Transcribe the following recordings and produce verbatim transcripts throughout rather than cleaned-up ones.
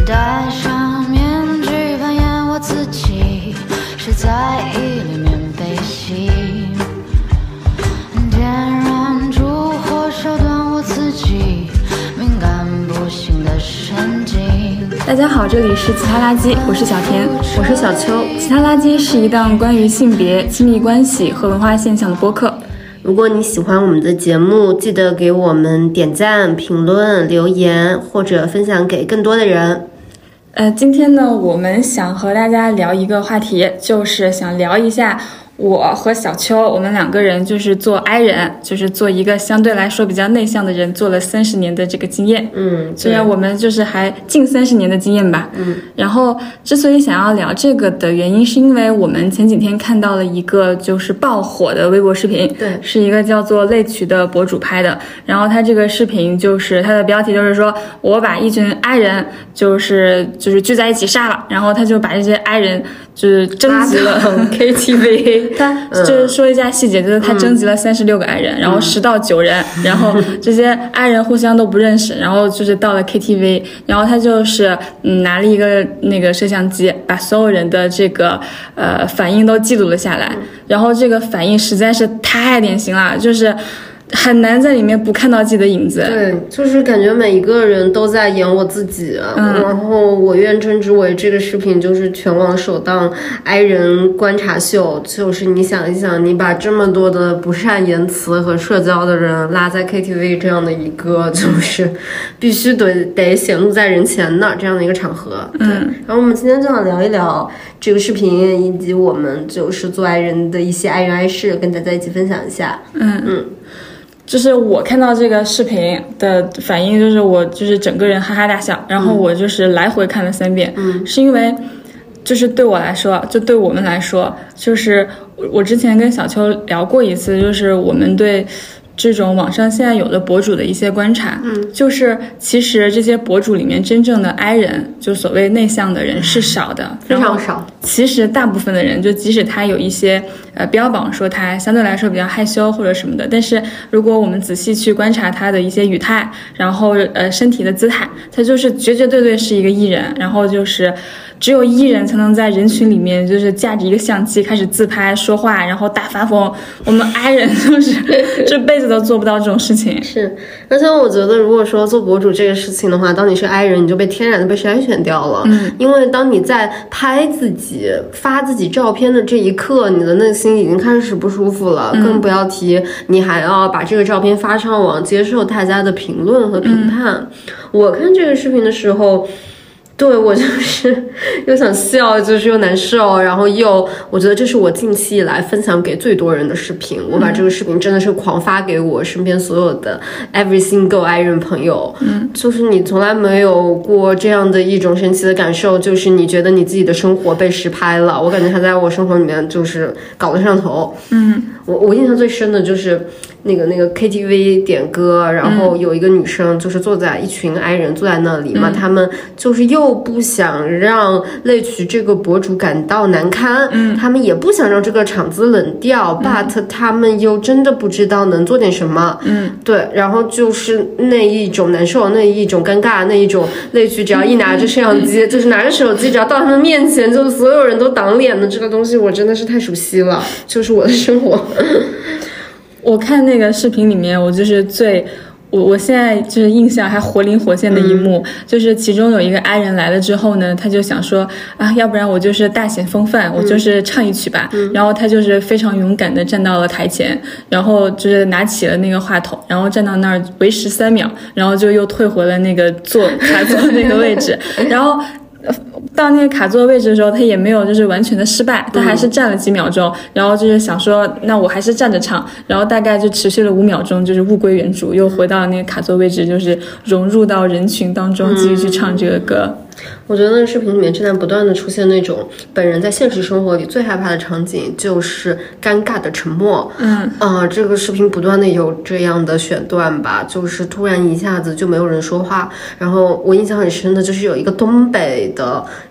戴上面具扮演我自己，是在意里面被吸，点燃烛火烧断我自己敏感不行的神经。 大家好，这里是其他垃圾，我是小田， 我是小秋。 其他垃圾是一档关于性别、亲密关系和文化现象的播客。 如果你喜欢我们的节目，记得给我们点赞、评论、留言，或者分享给更多的人。 呃，今天呢，我们想和大家聊一个话题，就是想聊一下我和小秋，我们两个人就是做 I 人，就是做一个相对来说比较内向的人，做了三十年的这个经验。 嗯， 虽然我们就是还近三十年的经验吧。 嗯， 然后之所以想要聊这个的原因，是因为我们前几天看到了一个就是爆火的微博视频， 对， 是一个叫做类曲的博主拍的。然后他这个视频就是他的标题就是说，我把一群 I 人就是就是聚在一起杀了，然后他就把这些 I 人就是征集了 K T V。他就是说一下细节，就是他征集了三十六个爱人，嗯、然后十到九人，然后这些爱人互相都不认识，然后就是到了 K T V， 然后他就是嗯拿了一个那个摄像机，把所有人的这个呃反应都记录了下来，然后这个反应实在是太典型了，就是很难在里面不看到自己的影子。 对，就是感觉每一个人都在演我自己，嗯、然后我愿称之为这个视频就是全网首档 I 人观察秀。就是你想一想，你把这么多的不善言辞和社交的人拉在 K T V 这样的一个就是必须得得显露在人前的这样的一个场合。对，嗯、然后我们今天就想聊一聊这个视频，以及我们就是做 I 人的一些 I 人 I 事，跟大家一起分享一下。 嗯嗯。 就是我看到这个视频的反应，就是我就是整个人哈哈大笑，然后我就是来回看了三遍， 嗯， 是因为就是对我来说，就对我们来说，就是我之前跟小秋聊过一次，就是我们对这种网上现在有的博主的一些观察， 嗯， 就是其实这些博主里面真正的 I 人，就所谓内向的人是少的， 非常少。 其实大部分的人，就即使他有一些呃标榜说他相对来说比较害羞或者什么的，但是如果我们仔细去观察他的一些语态，然后呃身体的姿态，他就是绝绝对对是一个 E 人，然后就是只有 E 人才能在人群里面就是架着一个相机开始自拍说话，然后大发疯。我们 I 人就是这辈子都做不到这种事情。 是，而且我觉得如果说做博主这个事情的话，当你是 I 人，你就被天然的被筛选掉了。 嗯， 因为当你在拍自己发自己照片的这一刻，你的内心已经开始不舒服了，嗯、更不要提你还要把这个照片发上网，接受大家的评论和评判。嗯、我看这个视频的时候，对，我就是又想笑，就是又难受，然后又我觉得这是我近期以来分享给最多人的视频。我把这个视频真的是狂发给我身边所有的 every single 爱人朋友。 嗯， 就是你从来没有过这样的一种神奇的感受，就是你觉得你自己的生活被实拍了。我感觉他在我生活里面就是搞得上头。 嗯， 我我印象最深的就是那个那个 K T V 点歌，然后有一个女生就是坐在一群 I 人坐在那里嘛，嗯、他们就是又不想让类曲这个博主感到难堪， 嗯， 他们也不想让这个场子冷掉，嗯、，but 他们又真的不知道能做点什么， 嗯， 对，然后就是那一种难受，那一种尴尬，那一种类曲只要一拿着摄像机，嗯、就是拿着手机，只要到他们面前，就是所有人都挡脸的这个东西，我真的是太熟悉了，就是我的生活。 我看那个视频里面，我就是最我我现在就是印象还活灵活现的一幕，嗯、就是其中有一个 I 人来了之后呢，他就想说啊，要不然我就是大显风范，嗯、我就是唱一曲吧。嗯、然后他就是非常勇敢的站到了台前，然后就是拿起了那个话筒，然后站到那儿为时三秒，然后就又退回了那个坐卡座那个位置，然后。到那个卡座位置的时候，他也没有就是完全的失败，他还是站了几秒钟，嗯、然后就是想说，那我还是站着唱，然后大概就持续了五秒钟，就是物归原主，又回到那个卡座位置，就是融入到人群当中，继续去唱这个歌。 嗯我觉得那个视频里面正在不断的出现那种本人在现实生活里最害怕的场景，就是尴尬的沉默。 嗯啊、呃，这个视频不断的有这样的选段吧，就是突然一下子就没有人说话。然后我印象很深的就是有一个东北的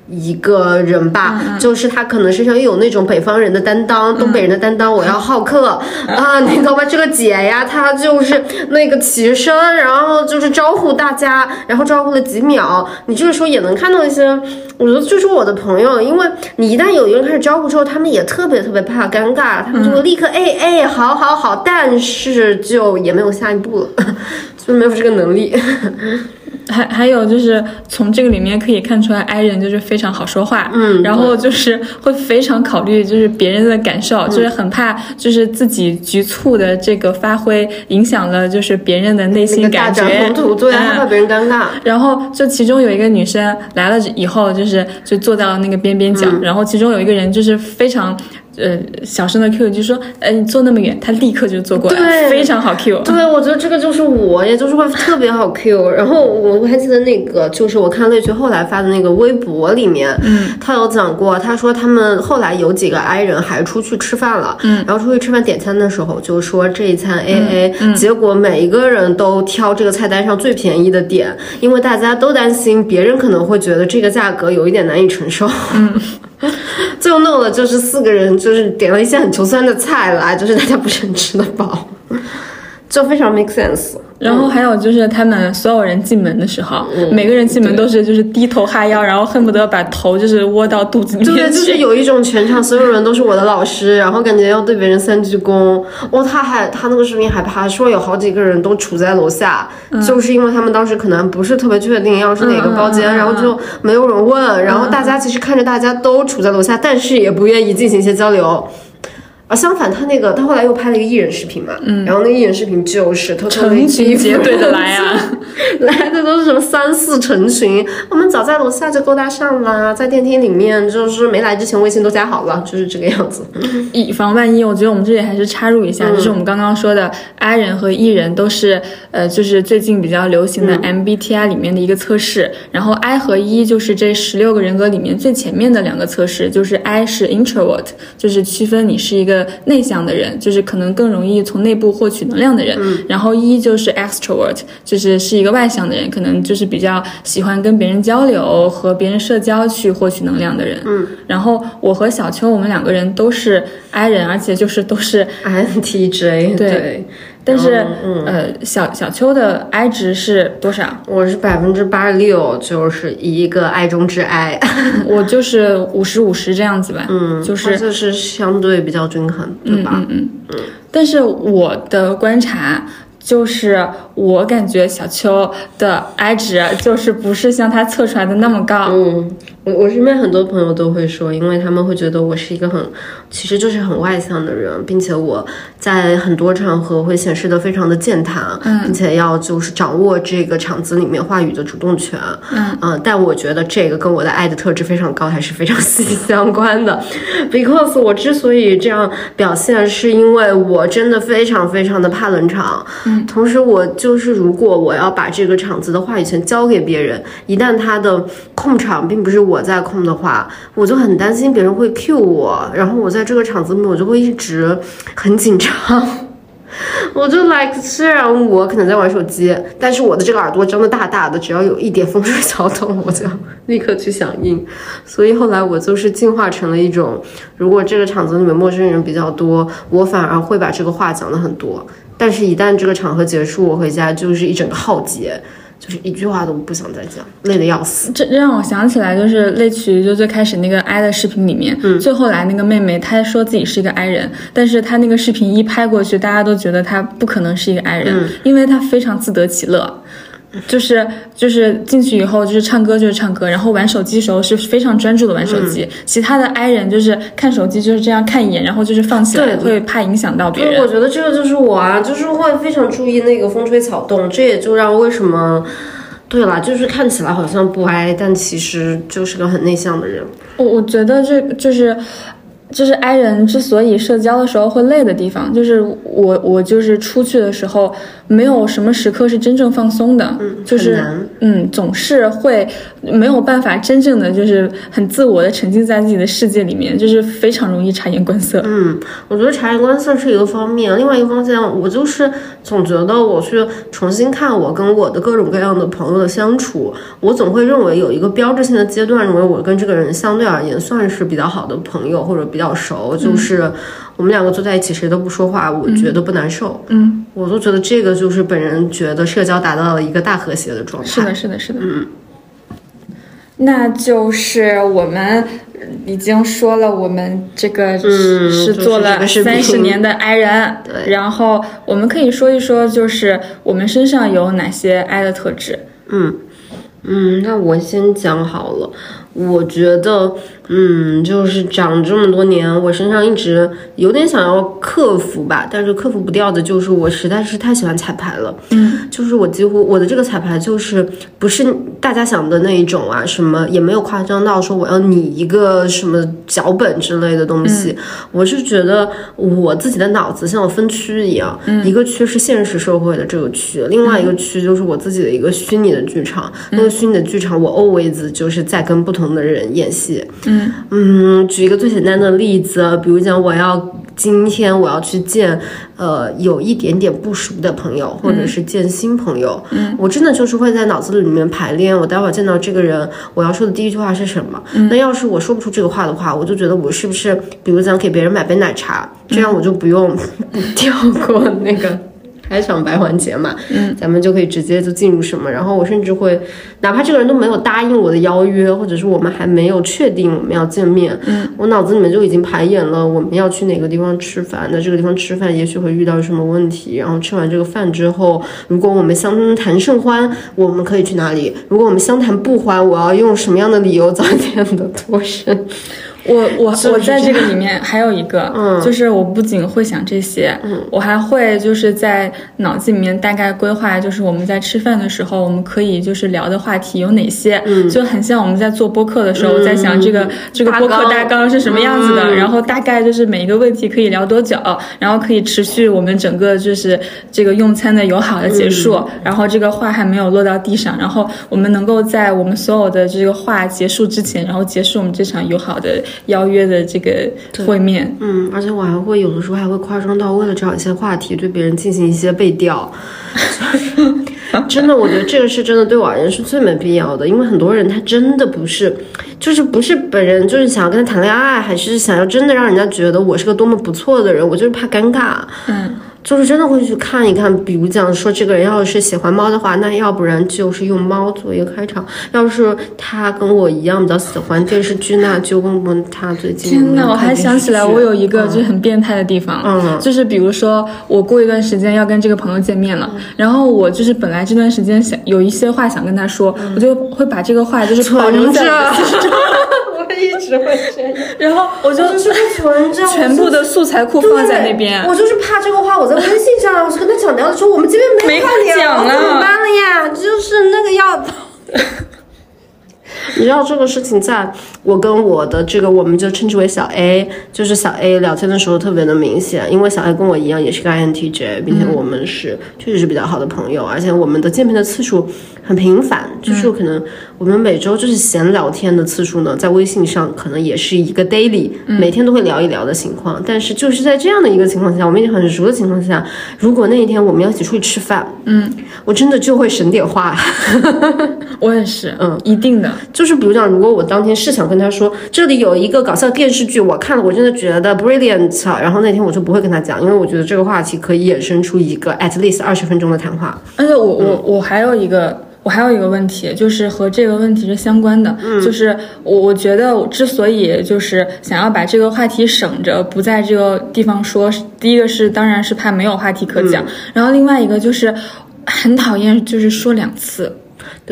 一个人吧，嗯嗯就是他可能身上又有那种北方人的担当，嗯、东北人的担当，我要好客、嗯、啊，你知道吧？这个姐呀，她就是那个起身，然后就是招呼大家，然后招呼了几秒，你这个时候也能看到一些，我觉得就是我的朋友，因为你一旦有一个人开始招呼之后，他们也特别特别怕尴尬，他们就会立刻哎哎，好好好，但是就也没有下一步了，就没有这个能力。 还还有就是从这个里面可以看出来 I 人就是非常好说话， 嗯， 然后就是会非常考虑就是别人的感受、嗯、就是很怕就是自己局促的这个发挥影响了就是别人的内心感觉， 那个大展宏图，对啊，害怕别人尴尬、 嗯、然后就其中有一个女生来了以后就是就坐到那个边边角、嗯、然后其中有一个人就是非常呃，小声的 Q 就说，呃，你坐那么远，他立刻就坐过来，非常好 Q。 对，我觉得这个就是我，也就是会特别好 Q。然后我还记得那个，就是我看类群后来发的那个微博里面， 嗯， 他有讲过，他说他们后来有几个 I 人还出去吃饭了， 嗯， 然后出去吃饭点餐的时候就说这一餐 A A，、 嗯嗯、 结果每一个人都挑这个菜单上最便宜的点，因为大家都担心别人可能会觉得这个价格有一点难以承受。 嗯。 最后弄了就是四个人就是点了一些很穷酸的菜来，就是大家不是很吃得饱，就非常 make sense。 然后还有就是他们所有人进门的时候、嗯、每个人进门都是就是低头哈腰，然后恨不得把头就是窝到肚子里面去。 对，就是有一种全场所有人都是我的老师，然后感觉要对别人三鞠躬。哇，他还他那个视频还拍说有好几个人都杵在楼下、嗯、就是因为他们当时可能不是特别确定要是哪个包间、嗯、然后就没有人问、嗯、然后大家其实看着大家都杵在楼下、嗯、但是也不愿意进行一些交流。而相反，他那个他后来又拍了一个艺人视频嘛，嗯，然后那个艺人视频就是偷偷成群结队的来啊， 来的都是什么三四成群，我们早在楼下就勾搭上啦，在电梯里面就是没来之前微信都加好了，就是这个样子。 以防万一，我觉得我们这里还是插入一下，嗯、就是我们刚刚说的 I 人和 E 人都是呃，就是最近比较流行的 M B T I 里面的一个测试，嗯、然后 I 和 E 就是这十六个人格里面最前面的两个测试，就是 I 是 introvert， 就是区分你是一个内向的人，就是可能更容易从内部获取能量的人、 嗯、 然后一就是 extrovert， 就是是一个外向的人，可能就是比较喜欢跟别人交流和别人社交去获取能量的人。 嗯， 然后我和小秋我们两个人都是 I 人，而且就是都是 I N T J。 对, 对但是、嗯、呃，小小秋的 I 值是多少？ 我是百分之八十六，就是一个 I 中之 I。 我就是五十五十这样子吧。 嗯， 就是就是相对比较均衡，对吧？ 嗯嗯嗯。但是我的观察就是我感觉小秋的 I 值就是不是像他测出来的那么高。 嗯，我我身边很多朋友都会说，因为他们会觉得我是一个很其实就是很外向的人，并且我在很多场合会显示的非常的健谈， 嗯， 并且要就是掌握这个场子里面话语的主动权。 嗯、 呃、但我觉得这个跟我的爱的特质非常高还是非常息息相关的。because 我之所以这样表现，是因为我真的非常非常的怕冷场。 嗯， 同时我就是如果我要把这个场子的话语权交给别人，一旦他的控场并不是我在控的话，我就很担心别人会 cue 我，然后我在这个场子里面我就会一直很紧张。我就 like 虽然我可能在玩手机，但是我的这个耳朵真的大大的，只要有一点风吹草动我就立刻去响应。所以后来我就是进化成了一种，如果这个场子里面陌生人比较多，我反而会把这个话讲得很多，但是一旦这个场合结束，我回家就是一整个浩劫，就是一句话都不想再讲，累得要死。 这让我想起来，就是类曲就最开始那个 I 的视频里面， 嗯， 最后来那个妹妹，她说自己是一个 I 人，但是她那个视频一拍过去，大家都觉得她不可能是一个 I 人， 嗯， 因为她非常自得其乐。就是就是进去以后就是唱歌就是唱歌，然后玩手机的时候是非常专注的玩手机，嗯，其他的 I 人就是看手机就是这样看一眼，然后就是放起来，会怕影响到别人。 我觉得这个就是我啊，就是会非常注意那个风吹草动，这也就让为什么对了，就是看起来好像不 I， 但其实就是个很内向的人。 我我觉得这就是就是 I 人之所以社交的时候会累的地方，就是我我就是出去的时候没有什么时刻是真正放松的， 嗯， 就是嗯，总是会没有办法真正的就是很自我的沉浸在自己的世界里面，就是非常容易察言观色。 嗯，我觉得察言观色是一个方面，另外一个方面，我就是总觉得我去重新看我跟我的各种各样的朋友的相处，我总会认为有一个标志性的阶段，认为我跟这个人相对而言算是比较好的朋友或者比较熟，就是我们两个坐在一起谁都不说话，我觉得不难受。嗯，我都觉得这个就是本人觉得社交达到了一个大和谐的状态。 是的，是的，是的。 嗯， 那就是我们已经说了，我们这个是做了三十年的 I 人， 嗯就是、 然后我们可以说一说，就是我们身上有哪些 I 的特质。 嗯嗯，那我先讲好了。我觉得，嗯，就是长这么多年，我身上一直有点想要克服吧，但是克服不掉的就是我实在是太喜欢彩排了。嗯，就是我几乎我的这个彩排就是不是大家想的那一种啊，什么也没有夸张到说我要拟一个什么脚本之类的东西。嗯、我是觉得我自己的脑子像我分区一样，嗯、一个区是现实社会的这个区，另外一个区就是我自己的一个虚拟的剧场。嗯、那个虚拟的剧场，我 always 就是在跟不同的人演戏。嗯嗯，举一个最简单的例子，比如讲我要今天我要去见呃有一点点不熟的朋友，或者是见新朋友。嗯，我真的就是会在脑子里面排练，我待会儿见到这个人我要说的第一句话是什么。嗯、那要是我说不出这个话的话，我就觉得我是不是比如讲给别人买杯奶茶，这样我就不用跳过那个开场白环节嘛，嗯，咱们就可以直接就进入什么，然后我甚至会，哪怕这个人都没有答应我的邀约，或者是我们还没有确定我们要见面，嗯，我脑子里面就已经排演了我们要去哪个地方吃饭，那这个地方吃饭也许会遇到什么问题，然后吃完这个饭之后，如果我们相谈甚欢，我们可以去哪里？如果我们相谈不欢，我要用什么样的理由早点的脱身？ 我我我在这个里面还有一个，嗯，就是我不仅会想这些，嗯，我还会就是在脑子里面大概规划，就是我们在吃饭的时候，我们可以就是聊的话题有哪些，嗯，就很像我们在做播客的时候，嗯、在想这个这个播客大纲是什么样子的，嗯、然后大概就是每一个问题可以聊多久，然后可以持续我们整个就是这个用餐的友好的结束，嗯、然后这个话还没有落到地上，然后我们能够在我们所有的这个话结束之前，然后结束我们这场友好的邀约的这个会面。 嗯，而且我还会有的时候还会夸张到为了找一些话题对别人进行一些背调真的我觉得这个是真的对我而言是最没必要的，因为很多人他真的不是就是不是本人就是想要跟他谈恋爱，还是想要真的让人家觉得我是个多么不错的人，我就是怕尴尬。嗯，就是真的会去看一看，比如讲说这个人要是喜欢猫的话，那要不然就是用猫做一个开场，要是他跟我一样比较喜欢电视剧，那就问问他最近有没有看电视剧。 天哪，我还想起来我有一个就是很变态的地方，嗯，就是比如说我过一段时间要跟这个朋友见面了，嗯、然后我就是本来这段时间想有一些话想跟他说，嗯、我就会把这个话就是保留在我的心中我一直会这样， 然后我就就是存着全部的素材库放在那边。 我就是怕这个话我在微信上，我是跟他讲聊的时候，我们这边没话讲了， 怎么办了呀？就是那个要。你知道这个事情，在我跟我的这个我们就称之为小 A， 就是小 A 聊天的时候特别的明显，因为小 A 跟我一样也是个 I N T J， 并且我们是确实是比较好的朋友，而且我们的见面的次数很频繁，就是可能我们每周就是闲聊天的次数呢，在微信上可能也是一个 daily， 每天都会聊一聊的情况。但是就是在这样的一个情况下，我们已经很熟的情况下，如果那一天我们要一起出去吃饭，嗯，我真的就会省点话。 我也是，嗯，一定的。 就是比如讲，如果我当天是想跟他说这里有一个搞笑电视剧，我看了，我真的觉得 brilliant， 然后那天我就不会跟他讲，因为我觉得这个话题可以衍生出一个 at least 二十分钟的谈话。 而且我我我还有一个。我还有一个问题，就是和这个问题是相关的，嗯、就是我我觉得我之所以就是想要把这个话题省着，不在这个地方说，第一个是当然是怕没有话题可讲，嗯、然后另外一个就是很讨厌就是说两次， 对。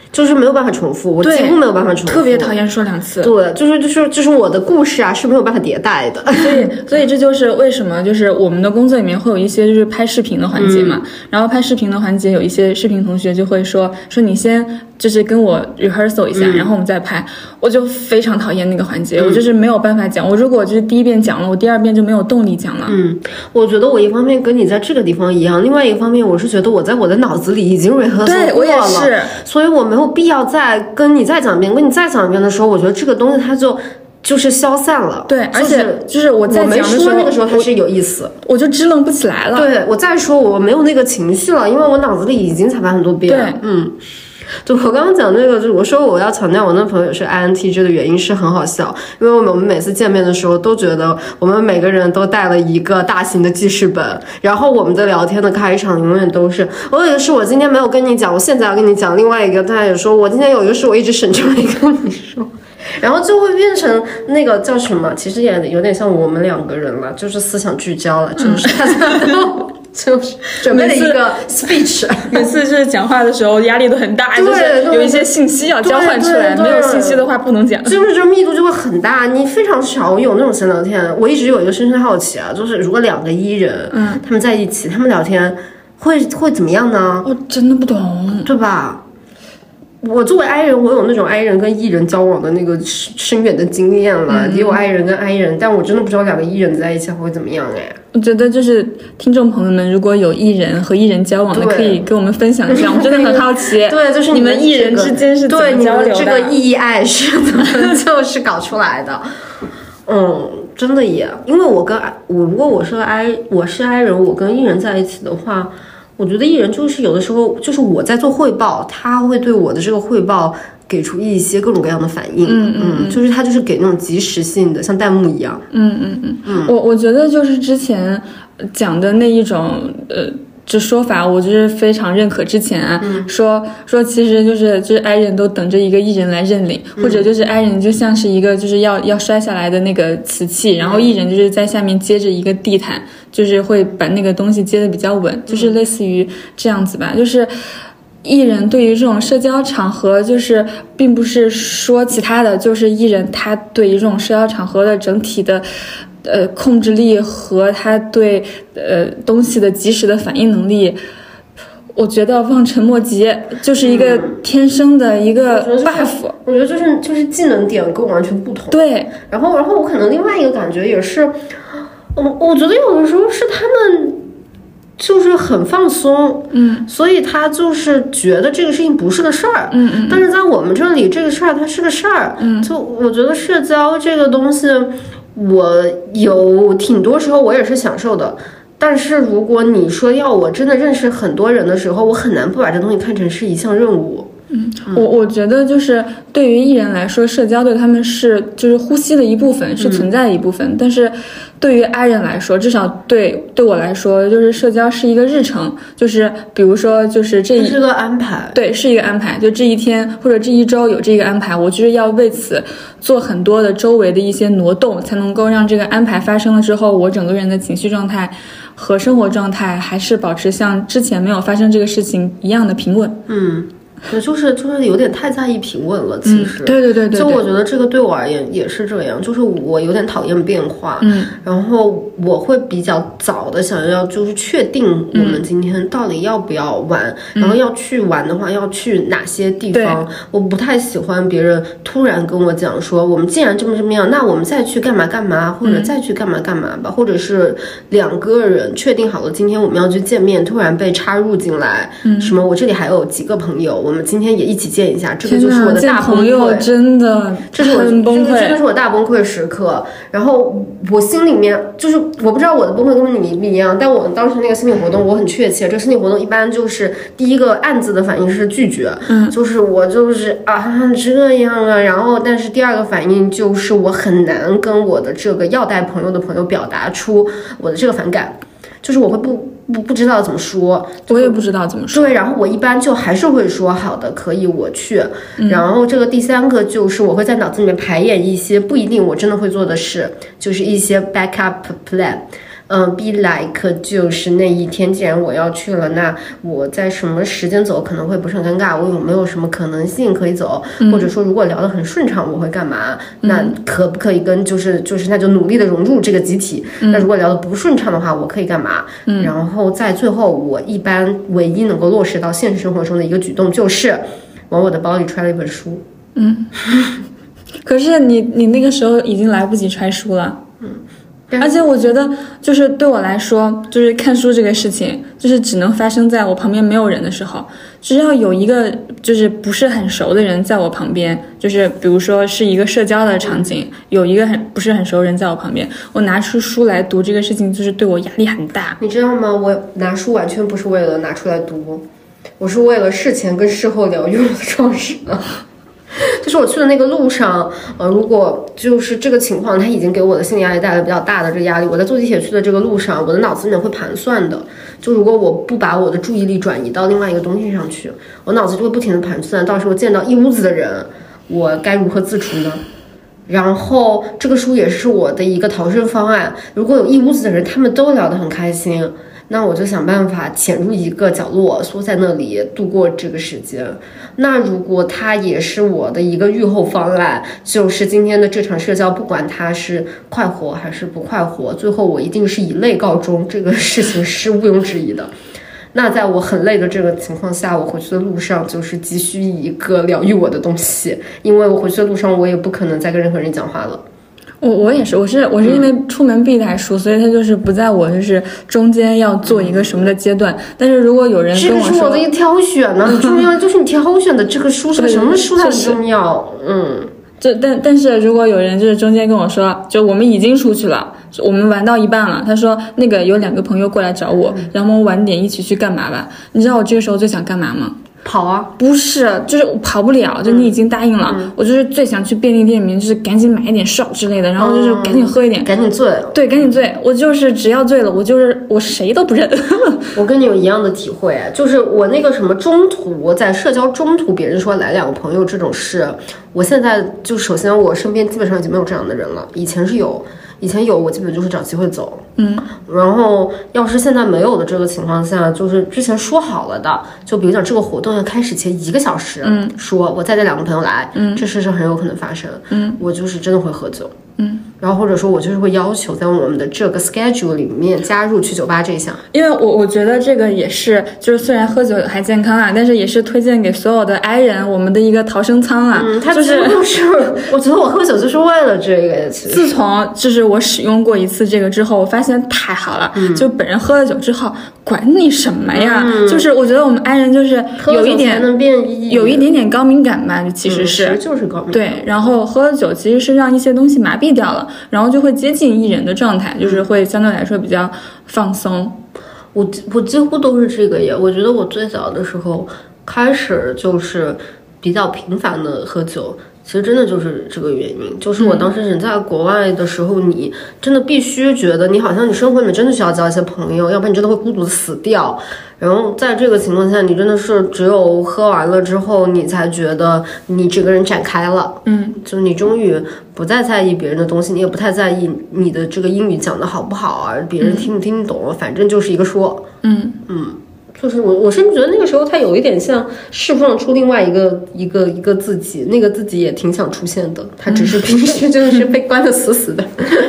就是没有办法重复，我几乎没有办法重复， 特别讨厌说两次。 对，就是就是就是我的故事啊是没有办法迭代的。 所以所以这就是为什么就是我们的工作里面会有一些就是拍视频的环节嘛，嗯、然后拍视频的环节有一些视频同学就会说说你先就是跟我 rehearsal 一下、嗯，然后我们再拍。我就非常讨厌那个环节、嗯，我就是没有办法讲。我如果就是第一遍讲了，我第二遍就没有动力讲了。 嗯，我觉得我一方面跟你在这个地方一样，另外一方面我是觉得我在我的脑子里已经 rehearsal 过了， 对我也是， 所以我没有必要再跟你再讲一遍。跟你再讲一遍的时候，我觉得这个东西它就。就是消散了， 对，而且就是我在讲的时候， 我没说那个时候它是有意思， 我就支棱不起来了。 对，我再说我没有那个情绪了，因为我脑子里已经彩排很多遍。对，嗯，就我刚刚讲那个，就是我说我要强调我那朋友是 I N T J 的原因是很好笑，因为我们每次见面的时候都觉得我们每个人都带了一个大型的记事本，然后我们的聊天的开场永远都是我有一个事我今天没有跟你讲，我现在要跟你讲，另外一个他也说我今天有一个事我一直省着没跟你说。然后就会变成那个叫什么，其实也有点像我们两个人了，就是思想聚焦了，就是大家都就是准备了一个 speech， 每次就是讲话的时候压力都很大，就是有一些信息要交换出来，没有信息的话不能讲， 就是这密度就会很大，你非常少有那种闲聊天。我一直有一个深深好奇啊，就是如果两个艺人，嗯，他们在一起，他们聊天会会怎么样呢？ 我真的不懂， 对吧？我作为 I 人，我有那种 I 人跟 E 人交往的那个深远的经验了，嗯、也有 I 人跟 I 人，但我真的不知道两个 E 人在一起会怎么样哎。 我觉得就是听众朋友们，如果有 E 人和 E 人交往的，可以跟我们分享一下，我真的很好奇。 对，就是你们 E 人之间是怎么交流的？ 对，你们这个 E 爱是怎么就是搞出来的？嗯，真的也，因为我跟我如果我是 I 我是 I 人，我跟 E 人在一起的话。我觉得艺人就是有的时候就是我在做汇报，他会对我的这个汇报给出一些各种各样的反应，嗯嗯，嗯就是他就是给那种及时性的，像弹幕一样， 嗯嗯嗯嗯。我我觉得就是之前讲的那一种呃。这说法我就是非常认可。之前啊，嗯、说说其实就是就是 I 人都等着一个 E 人来认领，嗯、或者就是 I 人就像是一个就是要要摔下来的那个瓷器，然后 E 人就是在下面接着一个地毯，就是会把那个东西接得比较稳，嗯、就是类似于这样子吧，就是。艺人对于这种社交场合，就是并不是说其他的，就是艺人他对于这种社交场合的整体的呃控制力和他对呃东西的及时的反应能力，我觉得望尘莫及，就是一个天生的一个 buff。 我觉得就是就是技能点跟我完全不同。 对， 然后然后我可能另外一个感觉也是，我我觉得有的时候是他们。就是很放松， 嗯， 所以他就是觉得这个事情不是个事儿， 嗯嗯， 但是在我们这里，这个事儿它是个事儿， 嗯， 就我觉得社交这个东西，我有挺多时候我也是享受的，但是如果你说要我真的认识很多人的时候，我很难不把这东西看成是一项任务。 嗯，我我觉得就是对于艺人来说，社交对他们是就是呼吸的一部分，是存在的一部分。嗯、但是对于 I 人来说，至少对对我来说，就是社交是一个日程，就是比如说就是这一是个安排， 对，是一个安排。就这一天或者这一周有这个安排，我就是要为此做很多的周围的一些挪动，才能够让这个安排发生了之后，我整个人的情绪状态和生活状态还是保持像之前没有发生这个事情一样的平稳。 嗯。对，就是就是有点太在意平稳了，其实、 嗯、对对对对， 就我觉得这个对我而言也是这样，就是我有点讨厌变化， 嗯， 然后我会比较早的想要就是确定我们今天到底要不要玩，嗯、然后要去玩的话要去哪些地方，我不太喜欢别人突然跟我讲说我们既然这么这么样，那我们再去干嘛干嘛，或者再去干嘛干嘛吧，嗯、或者是两个人确定好了今天我们要去见面，突然被插入进来， 嗯， 什么我这里还有几个朋友。我们今天也一起见一下，这个就是我的大崩溃， 真的， 这是我很崩溃， 真的是我大崩溃时刻。然后我心里面就是，我不知道我的崩溃跟你不一样，但我当时那个心理活动我很确切。这个心理活动一般就是第一个暗自的反应是拒绝， 嗯， 就是我就是啊这样啊，然后但是第二个反应就是我很难跟我的这个要带朋友的朋友表达出我的这个反感。就是我会不不不知道怎么说， 我也不知道怎么说。 对，然后我一般就还是会说好的，可以，我去。 嗯、 然后这个第三个就是我会在脑子里面排演一些不一定我真的会做的事，就是一些 backup plan。 嗯 ，be like 就是那一天，既然我要去了，那我在什么时间走可能会不是很尴尬，我有没有什么可能性可以走， 嗯、 或者说如果聊得很顺畅，我会干嘛？嗯、那可不可以跟就是就是那就努力的融入这个集体？嗯、那如果聊得不顺畅的话，我可以干嘛？嗯、然后在最后，我一般唯一能够落实到现实生活中的一个举动就是往我的包里揣了一本书。 嗯，可是你你那个时候已经来不及揣书了。 嗯。 而且我觉得，就是对我来说，就是看书这个事情，就是只能发生在我旁边没有人的时候。只要有一个就是不是很熟的人在我旁边，就是比如说是一个社交的场景，有一个很不是很熟人在我旁边，我拿出书来读这个事情，就是对我压力很大。 你知道吗？我拿书完全不是为了拿出来读，我是为了事前跟事后疗愈我的创伤。就是我去的那个路上，呃，如果就是这个情况，它已经给我的心理压力带来比较大的这个压力。我在坐地铁去的这个路上，我的脑子里面会盘算的。就如果我不把我的注意力转移到另外一个东西上去，我脑子就会不停的盘算，到时候见到一屋子的人，我该如何自处呢？然后这个书也是我的一个逃生方案。如果有一屋子的人，他们都聊得很开心，那我就想办法潜入一个角落，缩在那里度过这个时间。那如果它也是我的一个预后方案，就是今天的这场社交，不管它是快活还是不快活，最后我一定是以泪告终，这个事情是毋庸置疑的。那在我很累的这个情况下，我回去的路上就是急需一个疗愈我的东西，因为我回去的路上我也不可能再跟任何人讲话了。 我我也是，我是我是因为出门必带书，嗯、所以它就是不在我就是中间要做一个什么的阶段。但是如果有人跟我说， 这个是我的一个挑选呢、啊，很重要就是你挑选的这个书是个什么书，它很重要。嗯， 就但但是如果有人就是中间跟我说，就我们已经出去了，我们玩到一半了，他说那个有两个朋友过来找我，嗯、然后我们晚点一起去干嘛吧？你知道我这个时候最想干嘛吗？ 跑啊！ 不是，就是我跑不了，就你已经答应了，嗯、我就是最想去便利店里面，就是赶紧买一点烧之类的，然后就是赶紧喝一点， 嗯、赶紧醉， 对，赶紧醉。我就是只要醉了，我就是我谁都不认。 我跟你有一样的体会，就是我那个什么中途在社交中途，别人说来两个朋友这种事，我现在就首先我身边基本上已经没有这样的人了，以前是有。以前有，我基本就是找机会走， 嗯， 然后要是现在没有的这个情况下，就是之前说好了的，就比如讲这个活动要开始前一个小时， 嗯， 说我再带两个朋友来， 嗯， 这事是很有可能发生， 嗯， 我就是真的会喝酒， 嗯， 然后或者说我就是会要求在我们的这个 schedule 里面加入去酒吧这一项， 因为我我觉得这个也是，就是虽然喝酒还健康啊，但是也是推荐给所有的 I 人我们的一个逃生舱啊， 嗯，它就是就是我觉得我喝酒就是为了这个， 自从就是我使用过一次这个之后，我发现太好了， 嗯、 就本人喝了酒之后，管你什么呀，嗯、就是我觉得我们 I 人就是有一点能变异， 有一点点高敏感吧，其实是， 嗯、就是高敏感， 对，然后喝了酒其实是让一些东西麻痹掉了，然后就会接近艺人的状态，就是会相对来说比较放松。 我我几乎都是这个耶，我觉得我最早的时候开始就是比较频繁的喝酒。其实真的就是这个原因，就是我当时人在国外的时候，你真的必须觉得你好像你生活里面真的需要交一些朋友，要不然你真的会孤独的死掉。然后在这个情况下，你真的是只有喝完了之后，你才觉得你整个人展开了， 嗯， 就你终于不再在意别人的东西，你也不太在意你的这个英语讲的好不好啊，别人听不听得懂，嗯、反正就是一个说， 嗯嗯。就是我，我甚至觉得那个时候他有一点像释放出另外一个一个一个自己，那个自己也挺想出现的，他只是平时就是被关得死死的。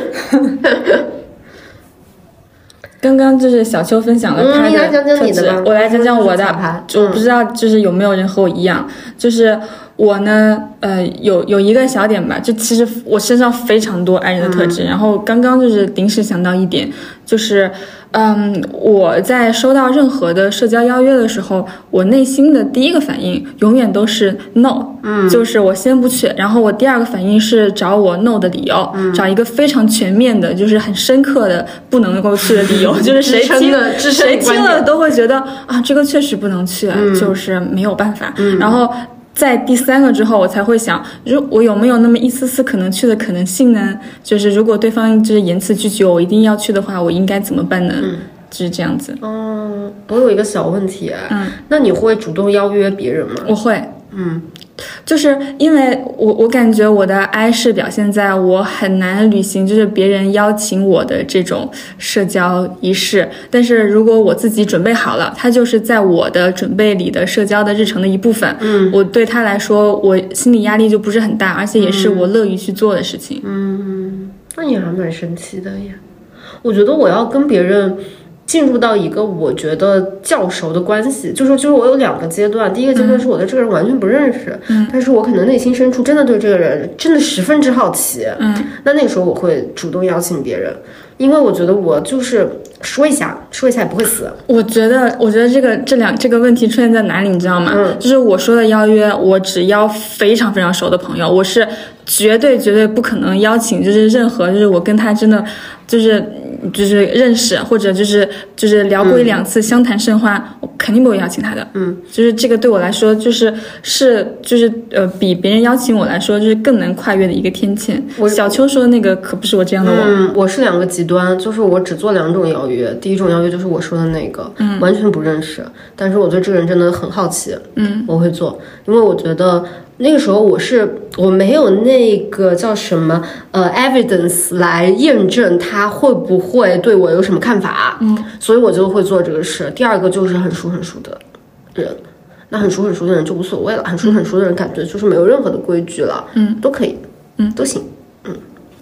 刚刚就是小秋分享了他的特质，嗯、 你来讲讲你的吧， 我来讲讲我的。我不知道就是有没有人和我一样，就是我呢，呃，有有一个小点吧，就其实我身上非常多爱人的特质，嗯、然后刚刚就是临时想到一点，就是。嗯，我在收到任何的社交邀约的时候，我内心的第一个反应永远都是 no， 嗯， 就是我先不去。然后我第二个反应是找我 no 的理由， 嗯、 找一个非常全面的，就是很深刻的不能够去的理由，就是谁听谁听了都会觉得啊，这个确实不能去， 嗯、 就是没有办法。 嗯、 然后。在第三个之后，我才会想，如我有没有那么一丝丝可能去的可能性呢？就是如果对方就是言辞拒绝我一定要去的话，我应该怎么办呢？ 嗯、 就是这样子。 嗯，我有一个小问题， 嗯， 那你会主动邀约别人吗？ 我会， 嗯， 就是因为我我感觉我的 I 是表现在我很难履行就是别人邀请我的这种社交仪式，但是如果我自己准备好了，它就是在我的准备里的社交的日程的一部分。嗯，我对他来说，我心理压力就不是很大，而且也是我乐于去做的事情。 嗯，那你还蛮神奇的呀。我觉得我要跟别人进入到一个我觉得较熟的关系，就是就是我有两个阶段，第一个阶段是我对这个人完全不认识，嗯，但是我可能内心深处真的对这个人真的十分之好奇，嗯，那那个时候我会主动邀请别人，因为我觉得我就是说一下说一下也不会死。 我觉得我觉得这个这两这个问题出现在哪里你知道吗？嗯，就是我说的邀约，我只邀非常非常熟的朋友，我是绝对绝对不可能邀请就是任何就是我跟他真的就是就是认识或者就是就是聊过一两次相谈甚欢，嗯，我肯定不会邀请他的。嗯，就是这个对我来说就是是就是呃比别人邀请我来说就是更能跨越的一个天堑。小秋说那个可不是我这样的我。 嗯，我是两个极端，就是我只做两种邀约，第一种邀约就是我说的那个，嗯，完全不认识，但是我对这个人真的很好奇，嗯，我会做，因为我觉得那个时候我是我没有那个叫什么呃 evidence 来验证他会不会对我有什么看法，嗯，所以我就会做这个事。第二个就是很熟很熟的人，那很熟很熟的人就无所谓了，很熟很熟的人感觉就是没有任何的规矩了，嗯，都可以，嗯，都行，嗯。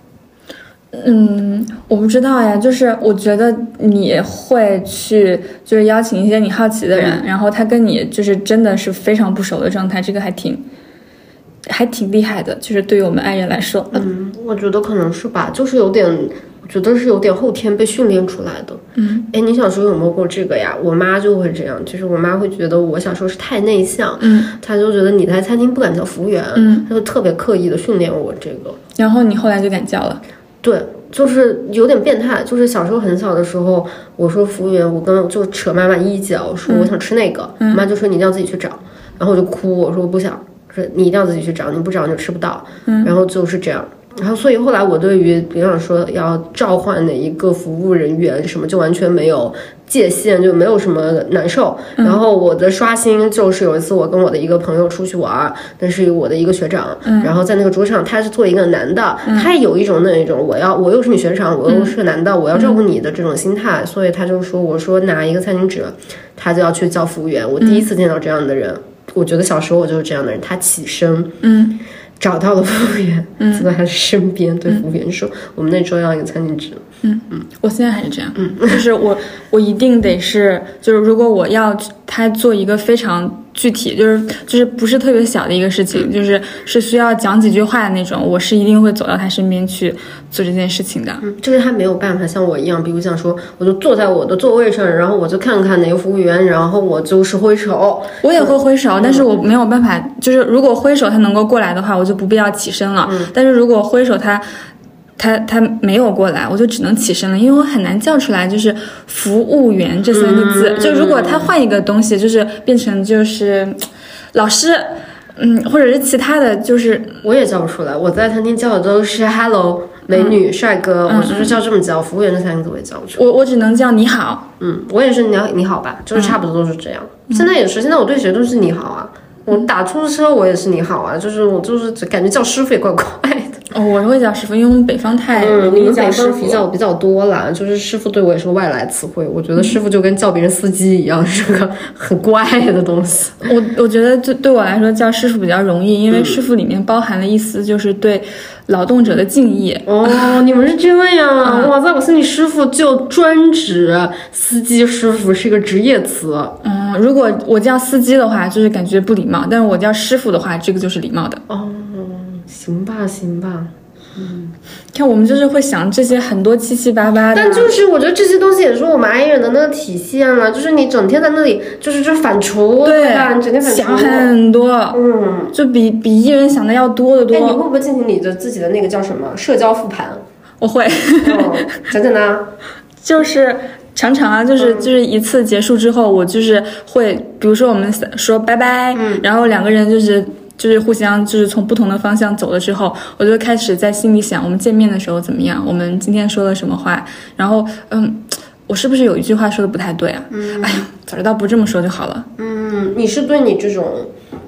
嗯，我不知道呀，就是我觉得你会去就是邀请一些你好奇的人，嗯，然后他跟你就是真的是非常不熟的状态，这个还挺还挺厉害的，就是对于我们爱人来说。 嗯，我觉得可能是吧，就是有点我觉得是有点后天被训练出来的。嗯，哎，你小时候有没有过这个呀？我妈就会这样，就是我妈会觉得我小时候是太内向，嗯，她就觉得你在餐厅不敢叫服务员，嗯，她就特别刻意的训练我这个。 然后你后来就敢叫了？ 对，就是有点变态。就是小时候很小的时候，我说服务员，我跟就扯妈妈衣角，说我想吃那个，嗯，妈就说你一定要自己去找，然后我就哭，我说我不想，说你一定要自己去找，你不找你就吃不到，嗯，然后就是这样。然后所以后来我对于比方说要召唤哪一个服务人员什么就完全没有界限，就没有什么难受。然后我的刷新就是有一次我跟我的一个朋友出去玩，那是我的一个学长，然后在那个桌上他是做一个男的，他也有一种那种我要我又是你学长我又是男的我要照顾你的这种心态，所以他就说我说拿一个餐巾纸他就要去叫服务员。我第一次见到这样的人，我觉得小时候我就是这样的人。他起身嗯找到了服务员，走到他的身边，对服务员说：“我们那桌要一个餐巾纸。” 嗯嗯，我现在还是这样，嗯，就是我我一定得是，就是如果我要他做一个非常具体，就是就是不是特别小的一个事情，嗯、就是是需要讲几句话的那种，我是一定会走到他身边去做这件事情的。 嗯，就是他没有办法像我一样，比如像说，我就坐在我的座位上，然后我就看看哪个服务员，然后我就是挥手， 我也会挥手，嗯、但是我没有办法，就是如果挥手他能够过来的话，我就不必要起身了。嗯、但是如果挥手他。他他没有过来，我就只能起身了，因为我很难叫出来就是服务员这三个字。嗯、就如果他换一个东西，就是变成就是老师，嗯，或者是其他的，就是我也叫不出来。我在餐厅叫的都是 hello 美女、嗯、帅哥，我就是叫这么叫。服务员这三个字我也叫不出来。 我我只能叫你好。 嗯，我也是你好你好吧，就是差不多都是这样。嗯、现在也是，现在我对谁都是你好啊。我打出租车我也是你好啊，就是我就是感觉叫师傅也怪怪的。 哦，我会叫师傅，因为我们北方太嗯，你们北方比较比较多啦，就是师傅对我也是外来词汇，我觉得师傅就跟叫别人司机一样，是个很怪的东西。 我我觉得就对我来说叫师傅比较容易，因为师傅里面包含的意思就是对劳动者的敬意。 哦，你们是这样啊！嗯、哇塞，我心里师傅就专指司机师傅，是一个职业词。 嗯，如果我叫司机的话，就是感觉不礼貌；但是我叫师傅的话，这个就是礼貌的。 哦。行吧，行吧，嗯， 看我们就是会想这些很多七七八八的， 但就是我觉得这些东西也是我们 I 人的那个体现了，就是你整天在那里就是就反刍， 对吧？你整天反刍想很多， 嗯， 就比比艺人想的要多得多。 哎，你会不会进行你的自己的那个叫什么社交复盘？ 我会， 哦，讲讲呢， 就是常常啊，就是就是一次结束之后，我就是会，比如说我们说拜拜，嗯，然后两个人就是。就是互相就是从不同的方向走了之后，我就开始在心里想，我们见面的时候怎么样？我们今天说了什么话？然后，嗯，我是不是有一句话说的不太对啊？嗯，哎呀，早知道不这么说就好了。 嗯，你是对你这种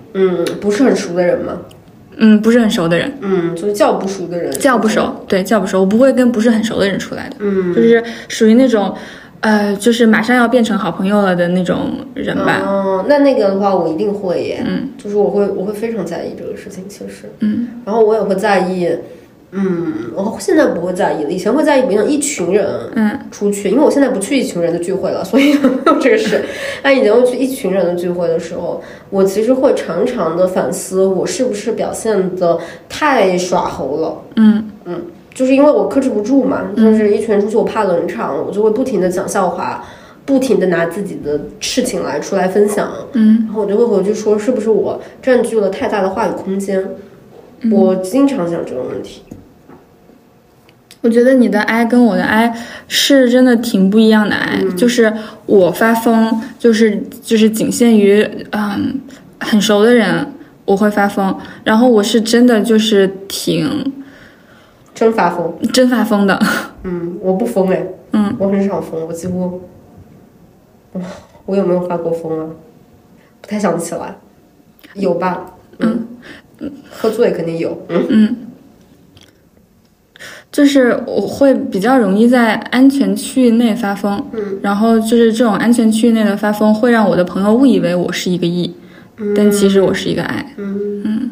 嗯，不是很熟的人吗？ 嗯，不是很熟的人。 嗯，就是叫不熟的人。 叫不熟，对，叫不熟，我不会跟不是很熟的人出来的。 嗯， 就是属于那种，呃，就是马上要变成好朋友了的那种人吧。 哦，那那个的话，我一定会耶。 嗯， 就是我会，我会非常在意这个事情，其实。 嗯， 然后我也会在意。嗯，我现在不会在意了，以前会在意，比如一群人， 嗯， 出去，因为我现在不去一群人的聚会了，所以没有这个事。但以前会去一群人的聚会的时候，我其实会常常的反思，我是不是表现的太耍猴了。 嗯嗯，就是因为我克制不住嘛，就是一群人出去，我怕冷场，我就会不停的讲笑话，不停的拿自己的事情来出来分享。 嗯， 然后我就会回去说，是不是我占据了太大的话语空间？嗯、我经常想这个问题。 我觉得你的哀跟我的哀是真的挺不一样的哀，嗯、就是我发疯，就是就是仅限于嗯很熟的人我会发疯，然后我是真的就是挺真发疯， 真发疯的。 嗯，我不疯哎， 嗯， 我很少疯，我几乎，我有没有发过疯啊？不太想起来，有吧？嗯，嗯喝醉肯定有，嗯嗯。就是我会比较容易在安全区域内发疯， 嗯， 然后就是这种安全区域内的发疯会让我的朋友误以为我是一个 E，嗯，但其实我是一个 I， 嗯嗯。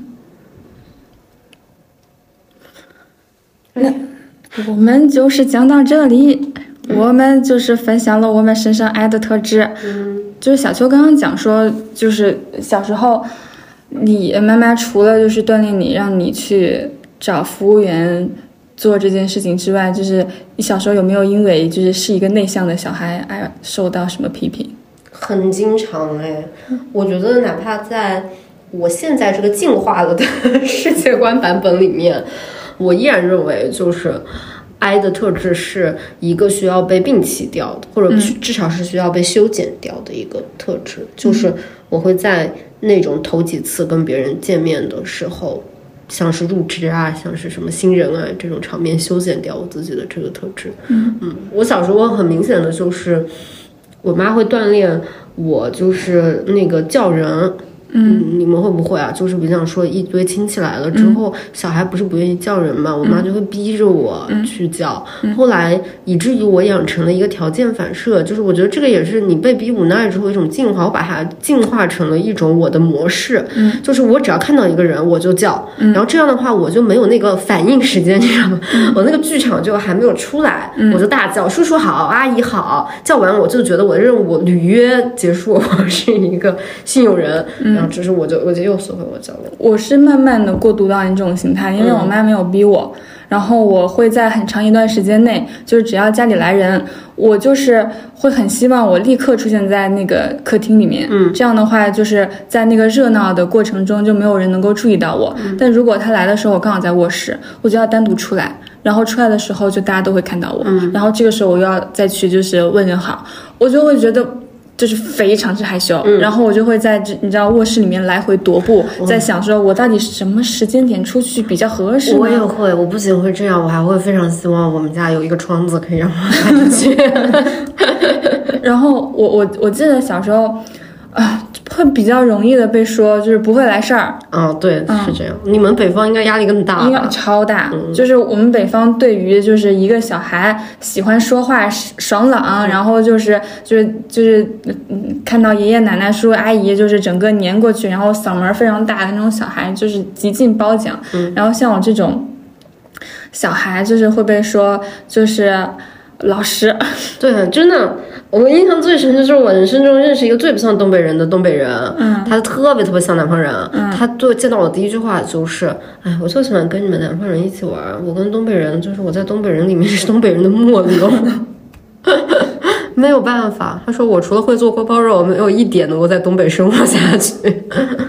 那我们就是讲到这里，嗯，我们就是分享了我们身上 I 的特质， 嗯， 就是小秋刚刚讲说，就是小时候你妈妈除了就是锻炼你，让你去找服务员做这件事情之外，就是你小时候有没有因为就是是一个内向的小孩而受到什么批评？ 很经常哎，我觉得哪怕在我现在这个进化了的世界观版本里面，我依然认为就是 I 的特质是一个需要被摒弃掉的，或者至少是需要被修剪掉的一个特质，嗯，就是我会在那种头几次跟别人见面的时候，像是入职啊，像是什么新人啊这种场面，修剪掉我自己的这个特质。 嗯嗯，我小时候很明显的就是，我妈会锻炼我，就是那个叫人。嗯，你们会不会啊？就是比如讲说一堆亲戚来了之后，嗯，小孩不是不愿意叫人嘛，我妈就会逼着我去叫， 嗯， 后来以至于我养成了一个条件反射，就是我觉得这个也是你被逼无奈之后一种进化，我把它进化成了一种我的模式， 嗯， 就是我只要看到一个人我就叫，嗯，然后这样的话我就没有那个反应时间，你知道吗？嗯，我那个剧场就还没有出来，嗯，我就大叫叔叔好，阿姨好，叫完我就觉得我的任务履约结束，我是一个信用人，嗯，然后只是我就我就又缩回我角落。 我是慢慢的过渡到你这种心态，因为我妈没有逼我，嗯，然后我会在很长一段时间内，就是只要家里来人，我就是会很希望我立刻出现在那个客厅里面， 嗯， 这样的话就是在那个热闹的过程中就没有人能够注意到我， 嗯，但如果他来的时候我刚好在卧室，我就要单独出来，然后出来的时候就大家都会看到我， 嗯， 然后这个时候我又要再去就是问人好，我就会觉得就是非常之害羞， 嗯， 然后我就会在你知道卧室里面来回踱步，嗯，在想说我到底什么时间点出去比较合适呢？ 我也会，我不仅会这样，我还会非常希望我们家有一个窗子可以让我看进去。 然后我我我记得小时候啊，会比较容易的被说就是不会来事儿。 嗯，对，嗯，是这样。你们北方应该压力更大吧？ 应该超大， 嗯，就是我们北方对于就是一个小孩喜欢说话爽朗，嗯，然后就是就是就是嗯，看到爷爷奶奶叔叔阿姨就是整个黏过去，然后嗓门非常大的那种小孩就是极尽褒奖， 嗯， 然后像我这种小孩就是会被说就是老实。 对，真的，我印象最深就是我人生中认识一个最不像东北人的东北人， 嗯， 他特别特别像南方人， 嗯， 他对见到我的第一句话就是，哎，我就喜欢跟你们南方人一起玩，我跟东北人就是我在东北人里面是东北人的末流。没有办法，他说我除了会做锅包肉，没有一点能够在东北生活下去。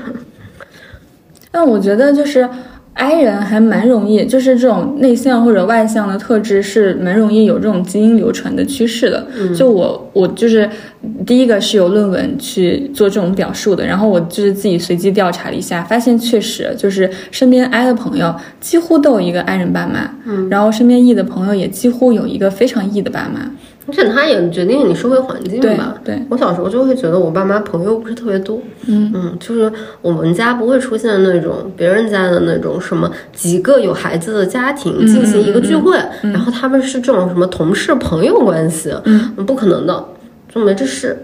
但我觉得就是I人还蛮容易，就是这种内向或者外向的特质是蛮容易有这种基因流传的趋势的。 嗯， 就我我就是第一个是有论文去做这种表述的，然后我就是自己随机调查了一下，发现确实就是身边 I 的朋友几乎都有一个 I 人爸妈， 嗯， 然后身边 E 的朋友也几乎有一个非常 E 的爸妈。 而且它也决定你社会环境吧。 对，对我小时候就会觉得我爸妈朋友不是特别多，嗯嗯，就是我们家不会出现那种别人家的那种什么几个有孩子的家庭进行一个聚会，嗯嗯嗯、然后他们是这种什么同事朋友关系，嗯，不可能的，就没这事。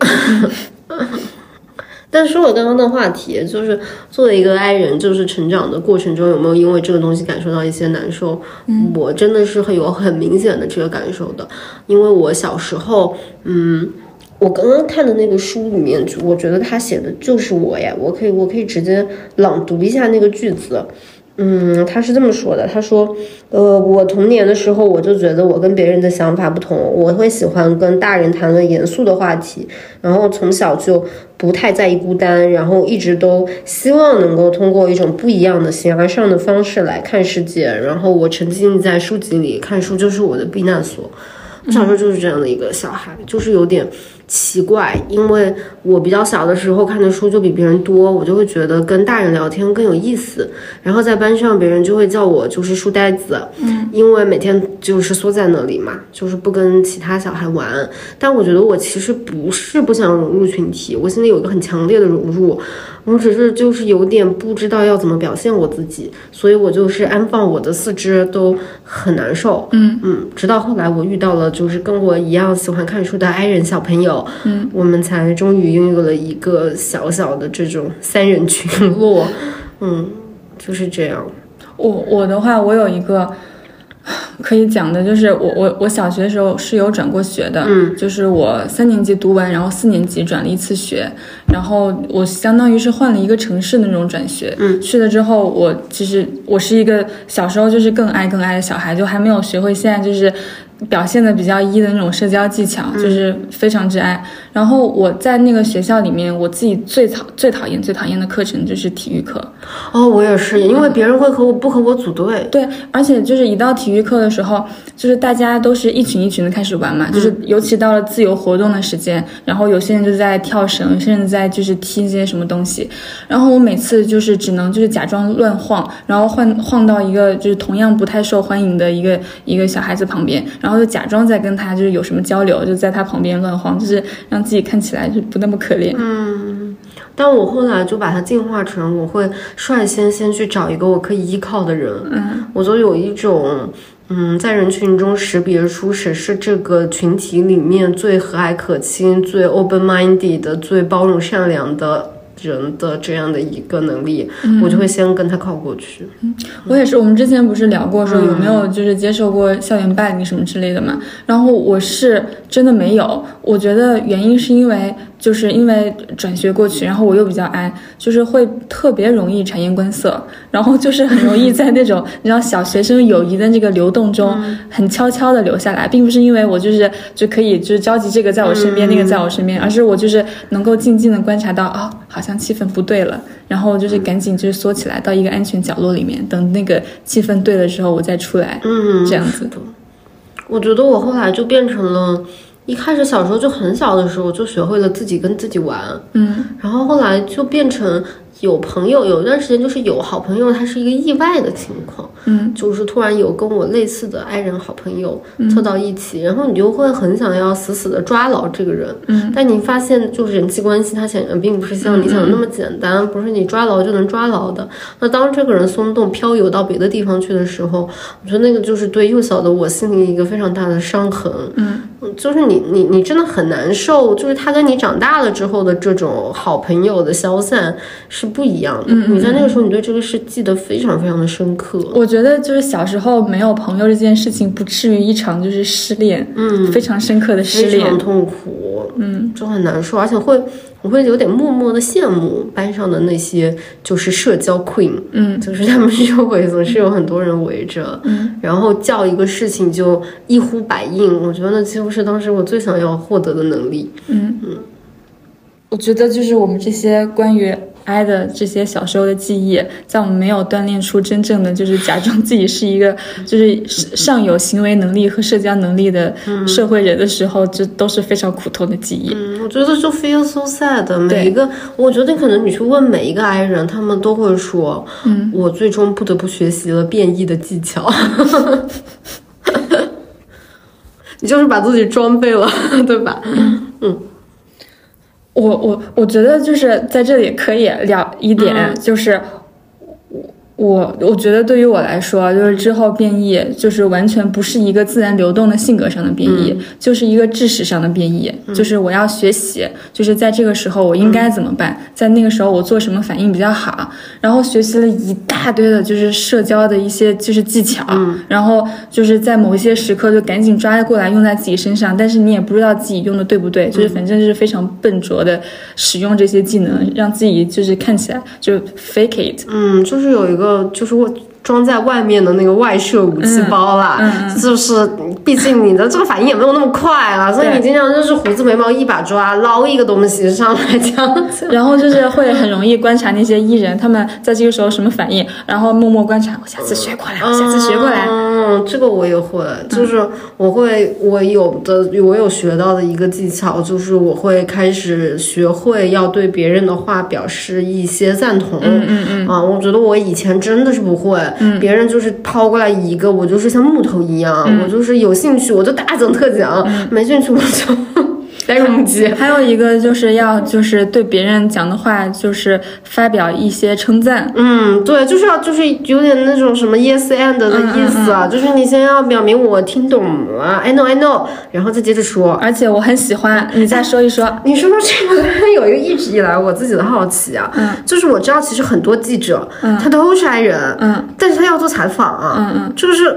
但说我刚刚的话题，就是作为一个 I 人，就是成长的过程中有没有因为这个东西感受到一些难受？嗯，我真的是很有很明显的这个感受的，因为我小时候，嗯，我刚刚看的那个书里面，我觉得他写的就是我呀，我可以我可以直接朗读一下那个句子。嗯，他是这么说的，他说，呃，我童年的时候我就觉得我跟别人的想法不同，我会喜欢跟大人谈论严肃的话题，然后从小就不太在意孤单，然后一直都希望能够通过一种不一样的形而上的方式来看世界，然后我沉浸在书籍里，看书就是我的避难所。我小时候就是这样的一个小孩，就是有点奇怪，因为我比较小的时候看的书就比别人多，我就会觉得跟大人聊天更有意思，然后在班上别人就会叫我就是书呆子，嗯，因为每天就是缩在那里嘛，就是不跟其他小孩玩。但我觉得我其实不是不想融入群体，我心里有一个很强烈的融入，我只是就是有点不知道要怎么表现我自己，所以我就是安放我的四肢都很难受，嗯嗯，直到后来我遇到了就是跟我一样喜欢看书的 I 人小朋友，嗯，我们才终于拥有了一个小小的这种三人群落，嗯，就是这样。 我我的话，我有一个可以讲的，就是我我我小学的时候是有转过学的，嗯，就是我三年级读完，然后四年级转了一次学，然后我相当于是换了一个城市的那种转学，嗯，去了之后，我其实我是一个小时候就是更爱更爱的小孩，就还没有学会现在就是表现的比较一的那种社交技巧，就是非常之爱。然后我在那个学校里面，我自己最讨最讨厌最讨厌的课程就是体育课。 哦，我也是，因为别人会和我不和我组队。 对，而且就是一到体育课的时候，就是大家都是一群一群的开始玩嘛，嗯、就是尤其到了自由活动的时间，然后有些人就在跳绳，有些人在就是踢一些什么东西。然后我每次就是只能就是假装乱晃，然后晃晃到一个就是同样不太受欢迎的一个一个小孩子旁边，然后就假装在跟他就是有什么交流，就在他旁边乱晃，就是让自己看起来就不那么可怜。 嗯，但我后来就把它进化成我会率先先去找一个我可以依靠的人。嗯，我就有一种嗯，在人群中识别出谁是这个群体里面最和蔼可亲、最 open-minded 的、最包容善良的人的这样的一个能力，嗯、我就会先跟他靠过去。 嗯，我也是，我们之前不是聊过说有没有就是接受过校园霸凌什么之类的嘛？然后我是真的没有，我觉得原因是因为就是因为转学过去，然后我又比较矮，就是会特别容易察言观色，然后就是很容易在那种你知道小学生友谊的这个流动中很悄悄的留下来，并不是因为我就是就可以就是着急这个在我身边、嗯、那个在我身边，而是我就是能够静静的观察到哦，好像气氛不对了，然后就是赶紧就是缩起来到一个安全角落里面，等那个气氛对的时候我再出来，嗯，这样子的。 我觉得我后来就变成了一开始小时候就很小的时候就学会了自己跟自己玩，嗯，然后后来就变成有朋友，有一段时间就是有好朋友，他是一个意外的情况，嗯，就是突然有跟我类似的爱人好朋友凑到一起，嗯、然后你就会很想要死死的抓牢这个人，嗯，但你发现就是人际关系它显然并不是像你想的那么简单，嗯、不是你抓牢就能抓牢的。那当这个人松动飘游到别的地方去的时候，我觉得那个就是对幼小的我心里一个非常大的伤痕，嗯，就是你你你真的很难受，就是他跟你长大了之后的这种好朋友的消散是不一样的。嗯，你在那个时候，你对这个事记得非常非常的深刻。 我觉得就是小时候没有朋友这件事情，不至于一场就是失恋，嗯，非常深刻的失恋， 非常痛苦，嗯，就很难受，而且会我会有点默默的羡慕班上的那些就是社交 queen， 嗯，就是他们周围总是有很多人围着，嗯，然后叫一个事情就一呼百应，我觉得那几乎是当时我最想要获得的能力，嗯嗯。 我觉得就是我们这些关于爱的这些小时候的记忆，在我们没有锻炼出真正的就是假装自己是一个就是上有行为能力和社交能力的社会人的时候，这都是非常苦痛的记忆。 嗯，我觉得就 feel so sad。每一个，我觉得可能你去问每一个爱人，他们都会说，嗯，我最终不得不学习了变异的技巧。 你就是把自己装备了，对吧？嗯， 我我我觉得就是在这里可以聊一点，嗯、就是我我觉得对于我来说，就是之后变异，就是完全不是一个自然流动的性格上的变异，嗯、就是一个知识上的变异，嗯、就是我要学习，就是在这个时候我应该怎么办，嗯、在那个时候我做什么反应比较好，然后学习了一大堆的就是社交的一些就是技巧，嗯、然后就是在某一些时刻就赶紧抓过来用在自己身上，但是你也不知道自己用的对不对，嗯、就是反正就是非常笨拙的使用这些技能，让自己就是看起来就 fake it， 嗯，就是有一个。就是我装在外面的那个外设武器包啦， 嗯嗯、 就是毕竟你的这个反应也没有那么快了，所以你经常就是胡子眉毛一把抓，捞一个东西上来这样子， 然后就是会很容易观察那些艺人，他们在这个时候什么反应，然后默默观察，我下次学过来，我下次学过来。 嗯，这个我也会，就是我会，我有的我有学到的一个技巧，就是我会开始学会要对别人的话表示一些赞同。 嗯嗯嗯啊，我觉得我以前真的是不会，嗯、别人就是抛过来一个，我就是像木头一样，嗯、我就是有兴趣我就大讲特讲，嗯、没兴趣我就来入机。 还有一个就是要就是对别人讲的话，就是发表一些称赞。 嗯，对，就是要就是有点那种什么 yes and 的意思啊，嗯嗯嗯就是你先要表明我听懂了 ，I know I know， 然后再接着说。 而且我很喜欢，你再说一说。 哎、你说说这个，有一个一直以来我自己的好奇啊，嗯，就是我知道其实很多记者，嗯，他都是 I 人，嗯，但是他要做采访啊， 嗯嗯， 这个是。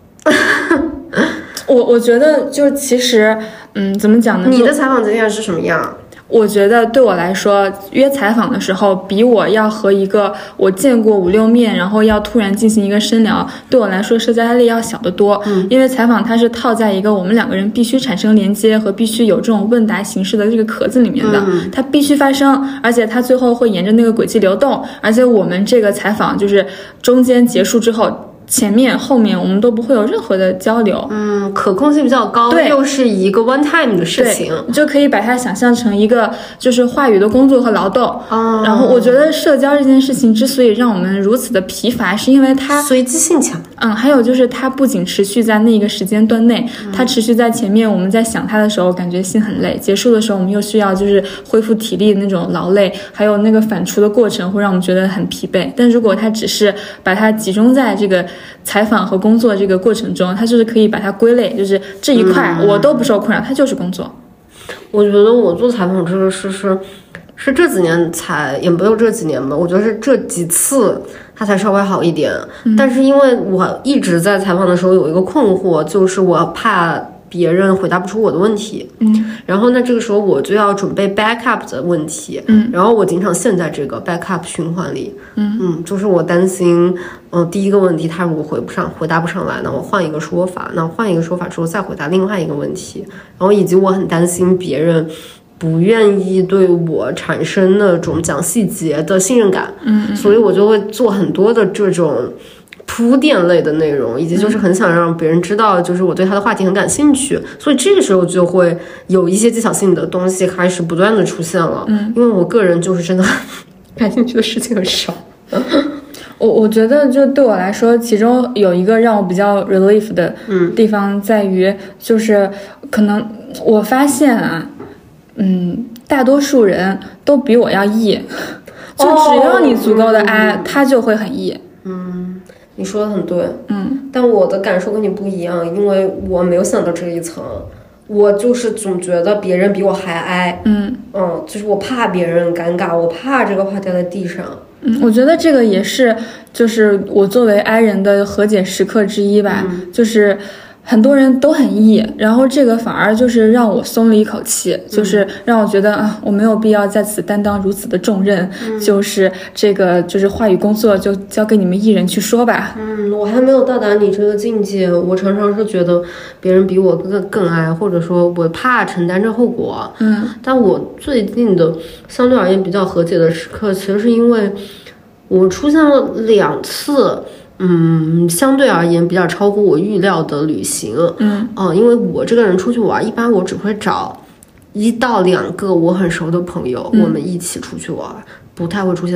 我我觉得就其实，嗯，怎么讲呢？ 你的采访经验是什么样？ 我觉得对我来说，约采访的时候，比我要和一个我见过五六面，然后要突然进行一个深聊，对我来说社交压力要小得多。嗯，因为采访它是套在一个我们两个人必须产生连接和必须有这种问答形式的这个壳子里面的，嗯、它必须发生，而且它最后会沿着那个轨迹流动，而且我们这个采访就是中间结束之后。前面后面我们都不会有任何的交流， 嗯，可控性比较高， 对， 又是一个 one time 的事情， 就可以把它想象成一个就是话语的工作和劳动。 哦， 然后我觉得社交这件事情之所以让我们如此的疲乏，是因为它随机性强， 嗯，还有就是它不仅持续在那个时间段内，嗯、它持续在前面我们在想它的时候感觉心很累，结束的时候我们又需要就是恢复体力的那种劳累，还有那个反刍的过程会让我们觉得很疲惫。但如果它只是把它集中在这个采访和工作这个过程中，它就是可以把它归类，就是这一块我都不受困扰，它就是工作。 我觉得我做采访这个事是是这几年才，也没有这几年吧，我觉得是这几次它才稍微好一点。嗯、但是因为我一直在采访的时候有一个困惑，就是我怕别人回答不出我的问题， 嗯， 然后那这个时候我就要准备 backup 的问题， 嗯， 然后我经常陷在这个 backup 循环里， 嗯嗯，就是我担心，嗯、呃，第一个问题他如果回不上，回答不上来，那我换一个说法，那换一个说法之后再回答另外一个问题，然后以及我很担心别人不愿意对我产生那种讲细节的信任感， 嗯， 所以我就会做很多的这种铺垫类的内容，以及就是很想让别人知道，就是我对他的话题很感兴趣，所以这个时候就会有一些技巧性的东西开始不断的出现了。 嗯， 因为我个人就是真的感兴趣的事情很少。 我我觉得就对我来说，其中有一个让我比较 relief 的地方在于，就是可能我发现啊，嗯，大多数人都比我要 E， 就只要你足够的 I，、哦、他就会很 E。 嗯，你说的很对， 嗯， 但我的感受跟你不一样，因为我没有想到这一层，我就是总觉得别人比我还矮， 嗯嗯，就是我怕别人尴尬，我怕这个话掉在地上。 嗯，我觉得这个也是，就是我作为 I 人的和解时刻之一吧， 嗯、 就是很多人都很 E， 然后这个反而就是让我松了一口气，就是让我觉得啊，我没有必要在此担当如此的重任， 嗯、 就是这个就是话语工作就交给你们艺人去说吧。 嗯，我还没有到达你这个境界，我常常是觉得别人比我更更矮，或者说我怕承担这后果。 嗯， 但我最近的相对而言比较和解的时刻，其实是因为我出现了两次。嗯，相对而言比较超乎我预料的旅行， 嗯， 呃，因为我这个人出去玩，一般我只会找一到两个我很熟的朋友，嗯、我们一起出去玩，不太会出现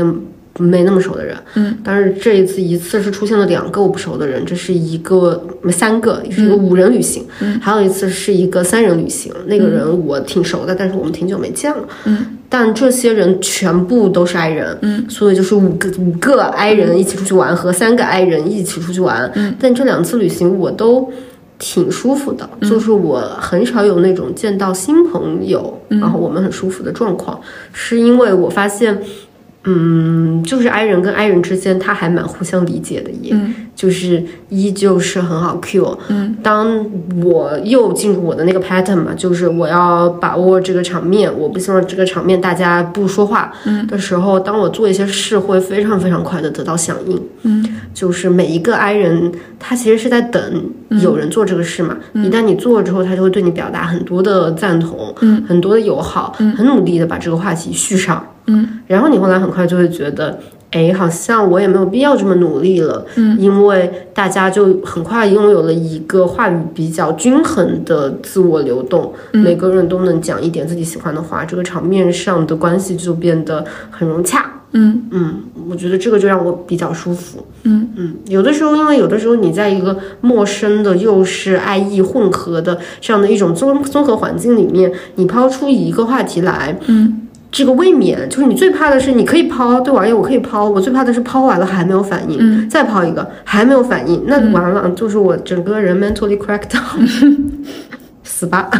没那么熟的人， 嗯， 但是这一次一次是出现了两个我不熟的人，这是一个三个是一个五人旅行， 嗯， 还有一次是一个三人旅行，那个人我挺熟的，但是我们挺久没见了， 嗯， 但这些人全部都是 I 人， 嗯， 所以就是五个五个 I 人一起出去玩和三个 I 人一起出去玩， 嗯， 但这两次旅行我都挺舒服的，就是我很少有那种见到新朋友， 嗯， 然后我们很舒服的状况，是因为我发现。嗯，就是 I 人跟 I 人之间，他还蛮互相理解的耶， 嗯， 就是依旧是很好 Q。 嗯， 当我又进入我的那个 pattern 嘛，就是我要把握这个场面，我不希望这个场面大家不说话的时候，嗯，当我做一些事会非常非常快的得到响应。 嗯， 就是每一个 I 人，他其实是在等有人做这个事嘛，嗯，一旦你做了之后，他就会对你表达很多的赞同， 嗯， 很多的友好， 嗯， 很努力的把这个话题续上。 嗯， 然后你后来很快就会觉得，哎，好像我也没有必要这么努力了， 嗯， 因为大家就很快拥有了一个话语比较均衡的自我流动， 嗯， 每个人都能讲一点自己喜欢的话，这个场面上的关系就变得很融洽。 嗯嗯，我觉得这个就让我比较舒服。 嗯嗯，有的时候，因为有的时候你在一个陌生的又是爱意混合的这样的一种综综合环境里面，你抛出一个话题来， 嗯。 这个未免就是你最怕的是，你可以抛，对我而言我可以抛，我最怕的是抛完了还没有反应， 嗯， 再抛一个还没有反应，那完了，嗯，就是我整个人 mentally crack down，死吧，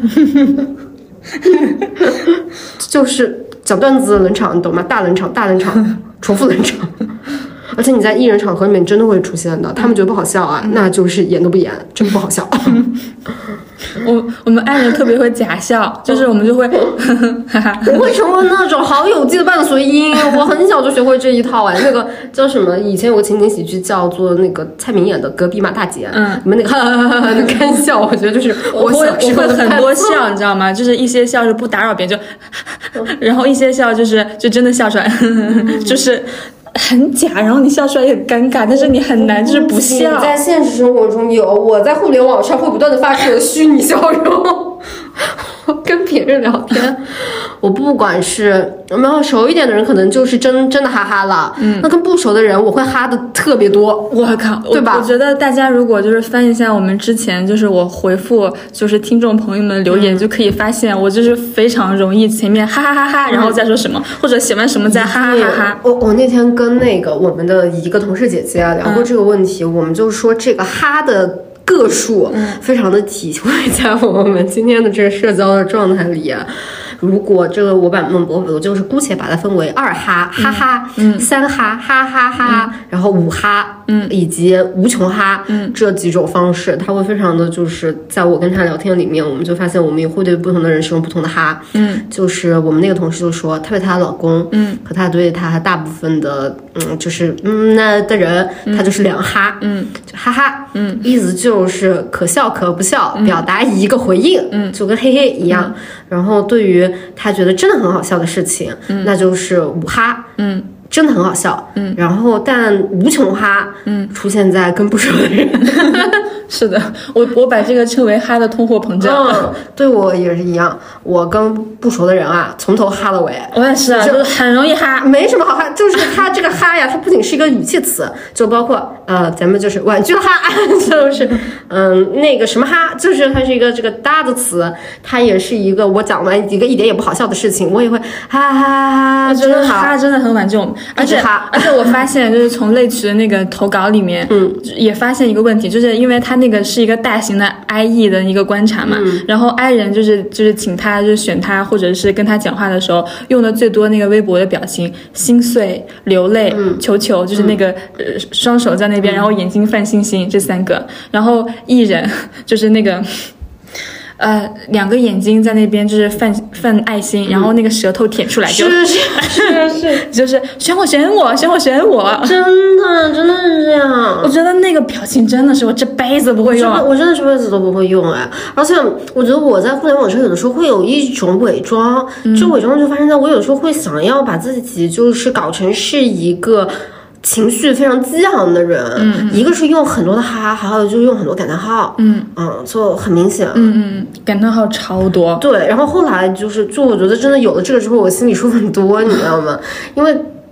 就是讲段子冷场，你懂吗？大冷场，大冷场，重复冷场。而且你在艺人场合里面真的会出现的，他们觉得不好笑啊，嗯，那就是演都不演，真不好笑。 我我们爱人特别会假笑，就是我们就会哈哈。 我会成为那种好有机的伴随音，我很小就学会这一套哎。那个叫什么？以前有个情景喜剧叫做那个蔡明演的《隔壁马大姐》， 嗯， 你们那个哈哈哈哈的干笑，我觉得就是我会我会很多笑，你知道吗？就是一些笑是不打扰别人就，然后一些笑就是就真的笑出来，嗯，就是很假，然后你笑出来也很尴尬，但是你很难就是不笑。 你在现实生活中有，我在互联网上会不断的发出虚拟笑容。我跟别人聊天，我不管是有没有熟一点的人，可能就是真真的哈哈了。嗯，那跟不熟的人，我会哈的特别多。 我靠，对吧？我, 我觉得大家如果就是翻一下我们之前就是我回复就是听众朋友们留言，嗯，就可以发现我就是非常容易前面哈哈哈哈，然后再说什么，嗯，或者写完什么再哈哈哈哈。 我我那天跟那个我们的一个同事姐姐啊聊过这个问题，嗯，我们就说这个哈的个数非常的体会在我们今天的这个社交的状态里啊。如果这个我把我我就是姑且把它分为二哈哈哈、 嗯、 三哈哈哈哈、嗯，然后五哈， 嗯， 以及无穷哈， 嗯， 这几种方式，它会非常的就是在我跟他聊天里面，我们就发现我们也会对不同的人使用不同的哈， 嗯， 就是我们那个同事就说，她对她老公， 嗯， 和她对她大部分的，嗯，就是嗯那的人，她就是两哈， 嗯， 就哈哈， 嗯， 意思就是可笑可不笑，嗯，表达一个回应， 嗯， 就跟嘿嘿一样， 嗯， 然后对于他觉得真的很好笑的事情， 嗯， 那就是五哈， 嗯， 真的很好笑， 嗯， 然后但无穷哈， 嗯，出现在跟不熟的人， 是的，我我把这个称为哈的通货膨胀， 嗯，对我也是一样，我跟不熟的人啊，从头哈到尾， 我也是啊，就是很容易哈， 没什么好哈，就是他这个哈呀，它不仅是一个语气词，就包括呃，咱们就是婉拒了哈，就是嗯那个什么哈，就是它是一个这个搭的词，它也是一个我讲完一个一点也不好笑的事情，我也会哈哈哈， 我觉得哈真的很婉拒，而且而且我发现就是从类曲的那个投稿里面， 嗯， 也发现一个问题，就是因为他那个是一个大型的 I E 的一个观察嘛， 嗯， 然后 I 人就是就是请他就是选他或者是跟他讲话的时候用的最多那个微博的表情，心碎、流泪、 嗯、 求求，就是那个、嗯、呃双手在那边，然后眼睛泛星星，这三个，然后 E 人就是那个。呃，两个眼睛在那边就是泛泛爱心，嗯，然后那个舌头舔出来就， 是是是是， 就是选我选我选我选我， 真的真的是这样。 我觉得那个表情真的是我这辈子不会用， 我真的这辈子都不会用哎。而且我觉得我在互联网上有的时候会有一种伪装， 嗯， 这伪装就发生在我有时候会想要把自己就是搞成是一个。情绪非常激昂的人， 嗯， 一个是用很多的哈，还有就是用很多感叹号， 嗯嗯，就很明显， 嗯嗯，感叹号超多， 对。然后后来就是，就我觉得真的有了这个之后，我心里舒服很多，你知道吗？因为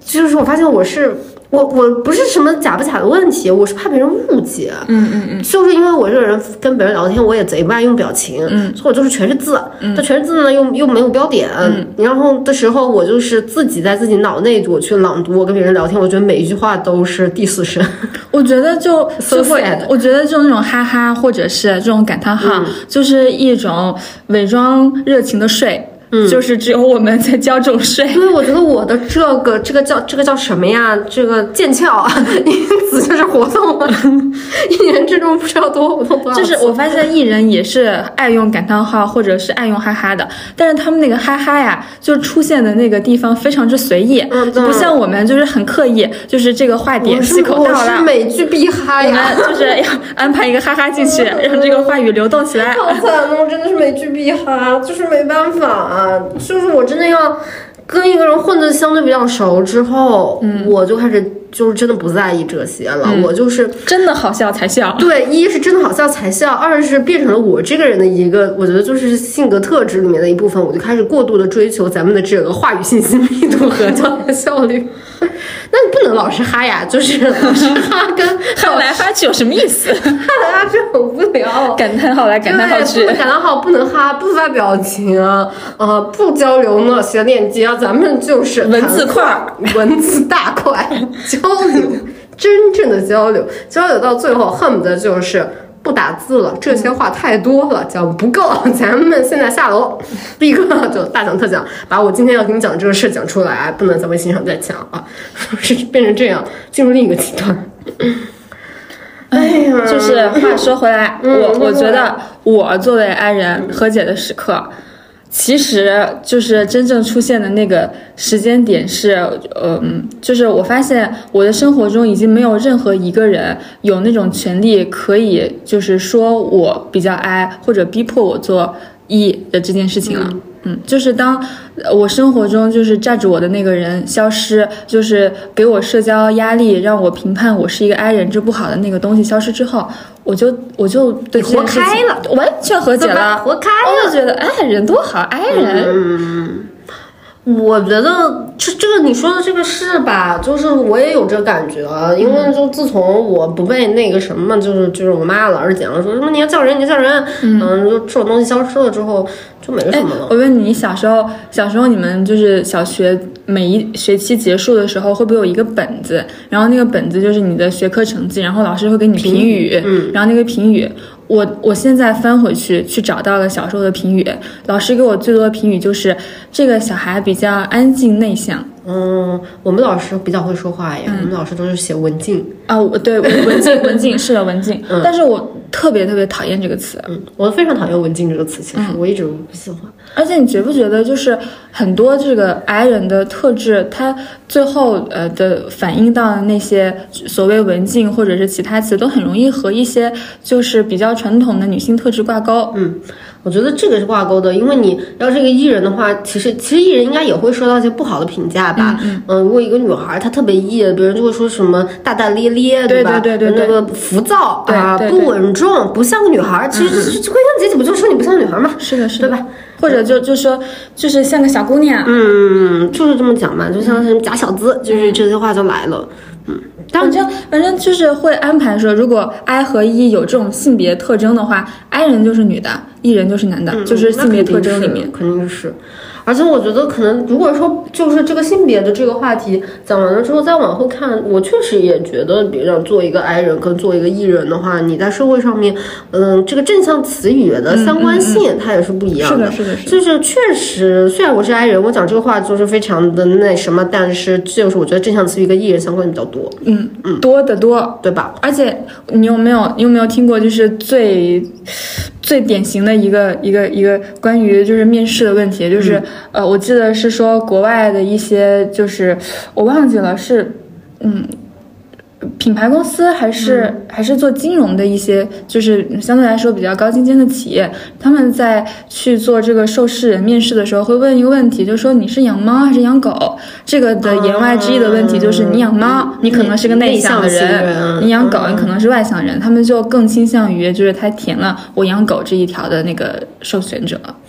就是我发现我是。我我不是什么假不假的问题，我是怕别人误解。 嗯嗯嗯， 就是因为我这个人跟别人聊天，我也贼不爱用表情，嗯，所以我就是全是字，嗯，但全是字呢又又没有标点，嗯，然后的时候我就是自己在自己脑内我去朗读，我跟别人聊天，我觉得每一句话都是第四声。 我觉得就 so 就会 sad， 我觉得就那种哈哈或者是这种感叹号， 嗯、 就是一种伪装热情的睡。嗯，就是只有我们在教这种税。 对，我觉得我的这个这个叫这个叫什么呀？这个剑鞘，因此就是活动了，一年之中不知道多活动多少次。 就是我发现艺人也是爱用感叹号或者是爱用哈哈的，但是他们那个哈哈呀，就出现的那个地方非常之随意，嗯，不像我们就是很刻意，就是这个话点气口到了， 我是每句必哈呀， 我们就是要安排一个哈哈进去，让这个话语流动起来。 好惨啊！我真的是每句必哈，就是没办法啊。就是我真的要跟一个人混得相对比较熟之后，嗯，我就开始就是真的不在意这些了，嗯、我就是真的好笑才笑。 对，一是真的好笑才笑，二是变成了我这个人的一个，我觉得就是性格特质里面的一部分，我就开始过度的追求咱们的这个话语信息密度和交谈效率。那你不能老是哈呀，就是老是哈跟哈来哈去有什么意思？ 哈来哈去很无聊。 感叹号来感叹号去， 感叹号不能哈，不发表情，呃，不交流那些链接，咱们就是文字块， 文字大块交流，真正的交流，交流到最后恨不得就是不打字了，这些话太多了，讲不够，咱们现在下楼，立刻就大讲特讲，把我今天要跟你讲这个事讲出来，不能在微信上再讲啊，是变成这样，进入另一个极端。哎呀， 就是话说回来，嗯、我我觉得我作为爱人和解的时刻。其实就是真正出现的那个时间点是，嗯，就是我发现我的生活中已经没有任何一个人有那种权利可以，就是说我比较哀或者逼迫我做一的这件事情了。嗯，就是当我生活中就是站着我的那个人消失，就是给我社交压力，让我评判我是一个 I 人，这不好的那个东西消失之后，我就我就对这件事情活开了， 完全和解了， 活开了， 我就觉得哎，人多好 ，I 人。 嗯，我觉得这这个你说的这个是吧？就是我也有这个感觉，因为就自从我不被那个什么，就是就是我妈老是讲说什么你要叫人，你要叫人，嗯，嗯就这种东西消失了之后。就没什么了。 我问你，你小时候，小时候你们就是小学每一学期结束的时候，会不会有一个本子？然后那个本子就是你的学科成绩，然后老师会给你评语， 嗯， 然后那个评语，我我现在翻回去去找到了小时候的评语，老师给我最多的评语就是这个小孩比较安静内向。 嗯，我们老师比较会说话呀，嗯、我们老师都是写文静啊，我对文静文静是的文静，嗯、但是我特别特别讨厌这个词， 嗯，我非常讨厌文静这个词，其实、嗯、我一直不喜欢。 而且你觉不觉得，就是很多这个 I 人的特质，它最后呃的反映到的那些所谓文静或者是其他词，都很容易和一些就是比较传统的女性特质挂钩。 嗯。我觉得这个是挂钩的，因为你要是一个艺人的话，其实其实艺人应该也会受到一些不好的评价吧。 嗯嗯、 呃。如果一个女孩她特别艺，别人就会说什么大大咧咧， 对吧？ 对对对对。 那个浮躁啊， 对对对不稳重，不像个女孩。其实归根结底不就是说你不像女孩吗？ 是的，是的，对吧？ 或者就就说就是像个小姑娘。 嗯，就是这么讲嘛，就像什么假小子，就是这些话就来了。嗯。 反正反正就是会安排说，如果 I 和 E 有这种性别特征的话 ，I 人就是女的 ，E 人就是男的， 嗯、 就是性别特征里面肯定是。而且我觉得可能，如果说就是这个性别的这个话题讲完了之后，再往后看，我确实也觉得，比如做一个 I 人跟做一个 E 人的话，你在社会上面，嗯，这个正向词语的相关性、 嗯嗯嗯、 它也是不一样的。 是的，是的，是的。 就是确实，虽然我是 I 人，我讲这个话就是非常的那什么，但是就是我觉得正向词语跟 E 人相关比较多。 嗯嗯，多的多， 对吧？ 而且你有没有你有没有听过，就是最最典型的一个一个一个关于就是面试的问题，就是、嗯、呃，我记得是说国外的一些，就是我忘记了是嗯。品牌公司还是、嗯、还是做金融的一些，就是相对来说比较高精尖的企业，他们在去做这个受试人面试的时候，会问一个问题，就是说你是养猫还是养狗？这个的言外之意的问题就是你养猫，嗯、你可能是个内向的人； 人你养狗，嗯、你可能是外向人。他们就更倾向于就是他填了我养狗这一条的那个受选者。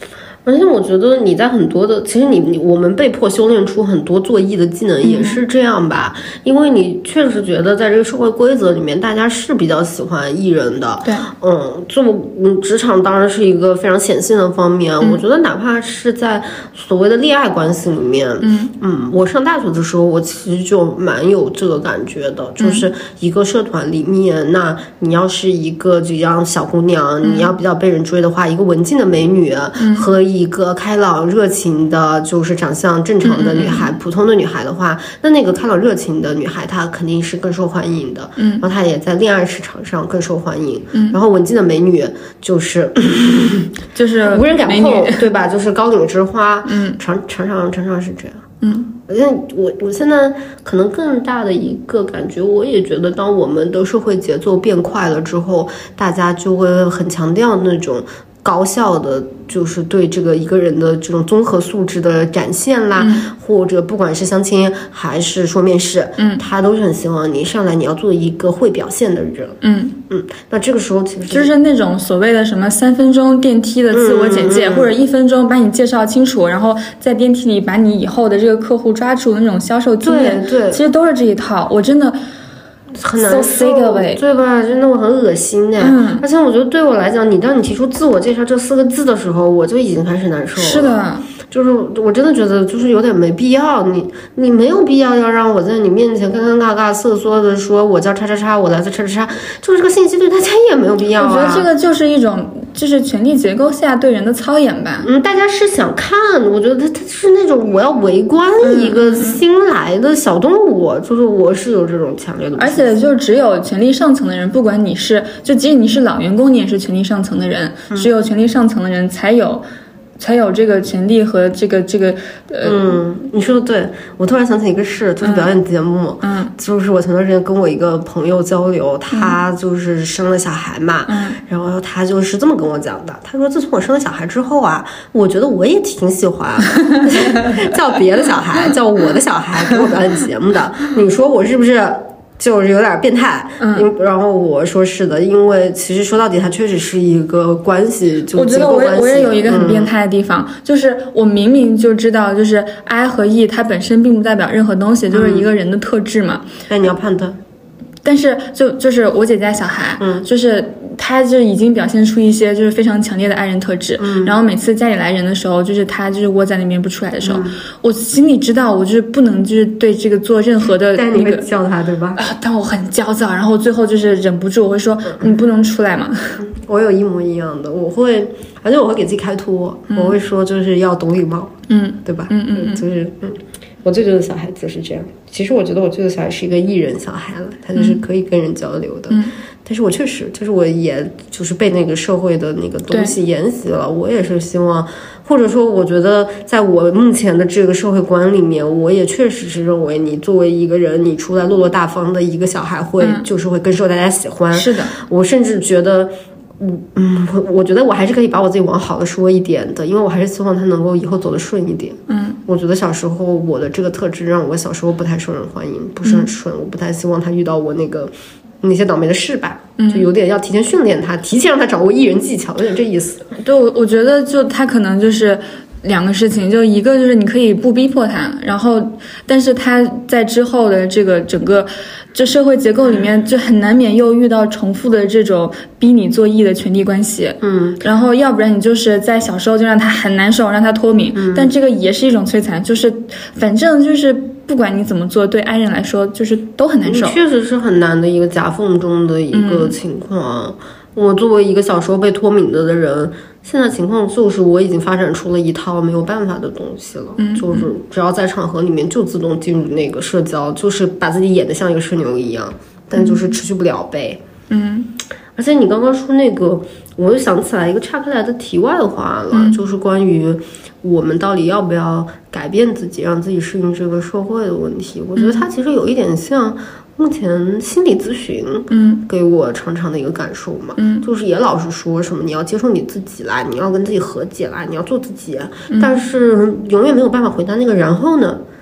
而且我觉得你在很多的，其实你你我们被迫修炼出很多做艺的技能也是这样吧，嗯、因为你确实觉得在这个社会规则里面，大家是比较喜欢艺人的。 对， 嗯，做嗯职场当然是一个非常显性的方面。嗯、我觉得哪怕是在所谓的恋爱关系里面，嗯嗯，我上大学的时候，我其实就蛮有这个感觉的，就是一个社团里面，那你要是一个这样小姑娘，嗯、你要比较被人追的话，一个文静的美女、嗯、和一个开朗热情的，就是长相正常的女孩、嗯、普通的女孩的话，那那个开朗热情的女孩她肯定是更受欢迎的，嗯，然后她也在恋爱市场上更受欢迎，嗯，然后文静的美女就是就是无人敢碰，对吧？就是高岭之花，嗯，常常常常常是这样，嗯。而且我我现在可能更大的一个感觉，我也觉得，当我们的社会节奏变快了之后，大家就会很强调那种高效的，就是对这个一个人的这种综合素质的展现啦，嗯、或者不管是相亲还是说面试，嗯，他都是很希望你一上来你要做一个会表现的人，嗯嗯。那这个时候其实就是那种所谓的什么三分钟电梯的自我简介，嗯嗯嗯、或者一分钟把你介绍清楚，然后在电梯里把你以后的这个客户抓住的那种销售经验， 对对， 其实都是这一套。我真的。 很难受，对吧？真的我很恶心哎、嗯！而且我觉得对我来讲，你当你提出自我介绍这四个字的时候，我就已经开始难受了。 是的， 就是我真的觉得就是有点没必要，你你没有必要要让我在你面前尴尴尬尬瑟缩的说我叫叉叉叉，我来自叉叉叉，就是这个信息对大家也没有必要啊。 我觉得这个就是一种就是权力结构下对人的操演吧。 嗯，大家是想看，我觉得他他是那种我要围观一个新来的小动物，嗯、就是我是有这种强烈的， 而且。就只有权力上层的人，不管你是就即使你是老员工，你也是权力上层的人，嗯、只有权力上层的人才有才有这个权利和这个这个呃嗯，你说的对。我突然想起一个事，就是表演节目，嗯，就是我前段时间跟我一个朋友交流，他就是生了小孩嘛，嗯，然后他就是这么跟我讲的，他说自从我生了小孩之后啊，我觉得我也挺喜欢叫别的小孩叫我的小孩给我表演节目的，你说我是不是？就是有点变态，嗯，然后我说是的，因为其实说到底，它确实是一个关系，就我觉得我也我也有一个很变态的地方，嗯、就是我明明就知道，就是 I 和 E 它本身并不代表任何东西，就是一个人的特质嘛。 那、嗯、你要判断。 但是就就是我姐家小孩，嗯，就是他就已经表现出一些就是非常强烈的爱人特质，嗯，然后每次家里来人的时候，就是他就是窝在那边不出来的时候，嗯、我心里知道我就是不能就是对这个做任何的那个， 但你会叫他对吧？ 啊，但我很焦躁，然后最后就是忍不住我会说、嗯、你不能出来嘛。 我有一模一样的，我会，而且我会给自己开脱，嗯、我会说就是要懂礼貌，嗯，对吧？ 嗯嗯嗯， 就是嗯。我最觉得小孩子是这样，其实我觉得我最觉得小孩是一个艺人小孩了，他就是可以跟人交流的。嗯，但是我确实就是我也就是被那个社会的那个东西沿袭了，我也是希望，或者说我觉得在我目前的这个社会观里面，我也确实是认为你作为一个人，你出来落落大方的一个小孩会、嗯、就是会更受大家喜欢。 是的， 我甚至觉得。嗯，我我觉得我还是可以把我自己往好的说一点的，因为我还是希望他能够以后走得顺一点。嗯，我觉得小时候我的这个特质让我小时候不太受人欢迎，不是很顺，嗯、我不太希望他遇到我那个那些倒霉的事吧。嗯，就有点要提前训练他，提前让他掌握艺人技巧，有点这意思。 对，我我觉得就他可能就是两个事情，就一个就是你可以不逼迫他，然后但是他在之后的这个整个这社会结构里面就很难免又遇到重复的这种逼你做艺的权力关系，嗯，然后要不然你就是在小时候就让他很难受，让他脱敏，嗯、但这个也是一种摧残，就是反正就是不管你怎么做，对爱人来说就是都很难受， 确实是很难的一个夹缝中的一个情况。嗯、我作为一个小时候被脱敏的的人，现在情况就是我已经发展出了一套没有办法的东西了，嗯、就是只要在场合里面就自动进入那个社交，就是把自己演得像一个社牛一样，但就是持续不了呗。嗯，而且你刚刚说那个，我又想起来一个岔开来的题外话了，嗯、就是关于我们到底要不要改变自己，让自己适应这个社会的问题。我觉得它其实有一点像目前心理咨询，嗯，给我常常的一个感受嘛，嗯，就是也老是说什么你要接受你自己啦，你要跟自己和解啦，你要做自己，嗯、但是永远没有办法回答那个然后呢。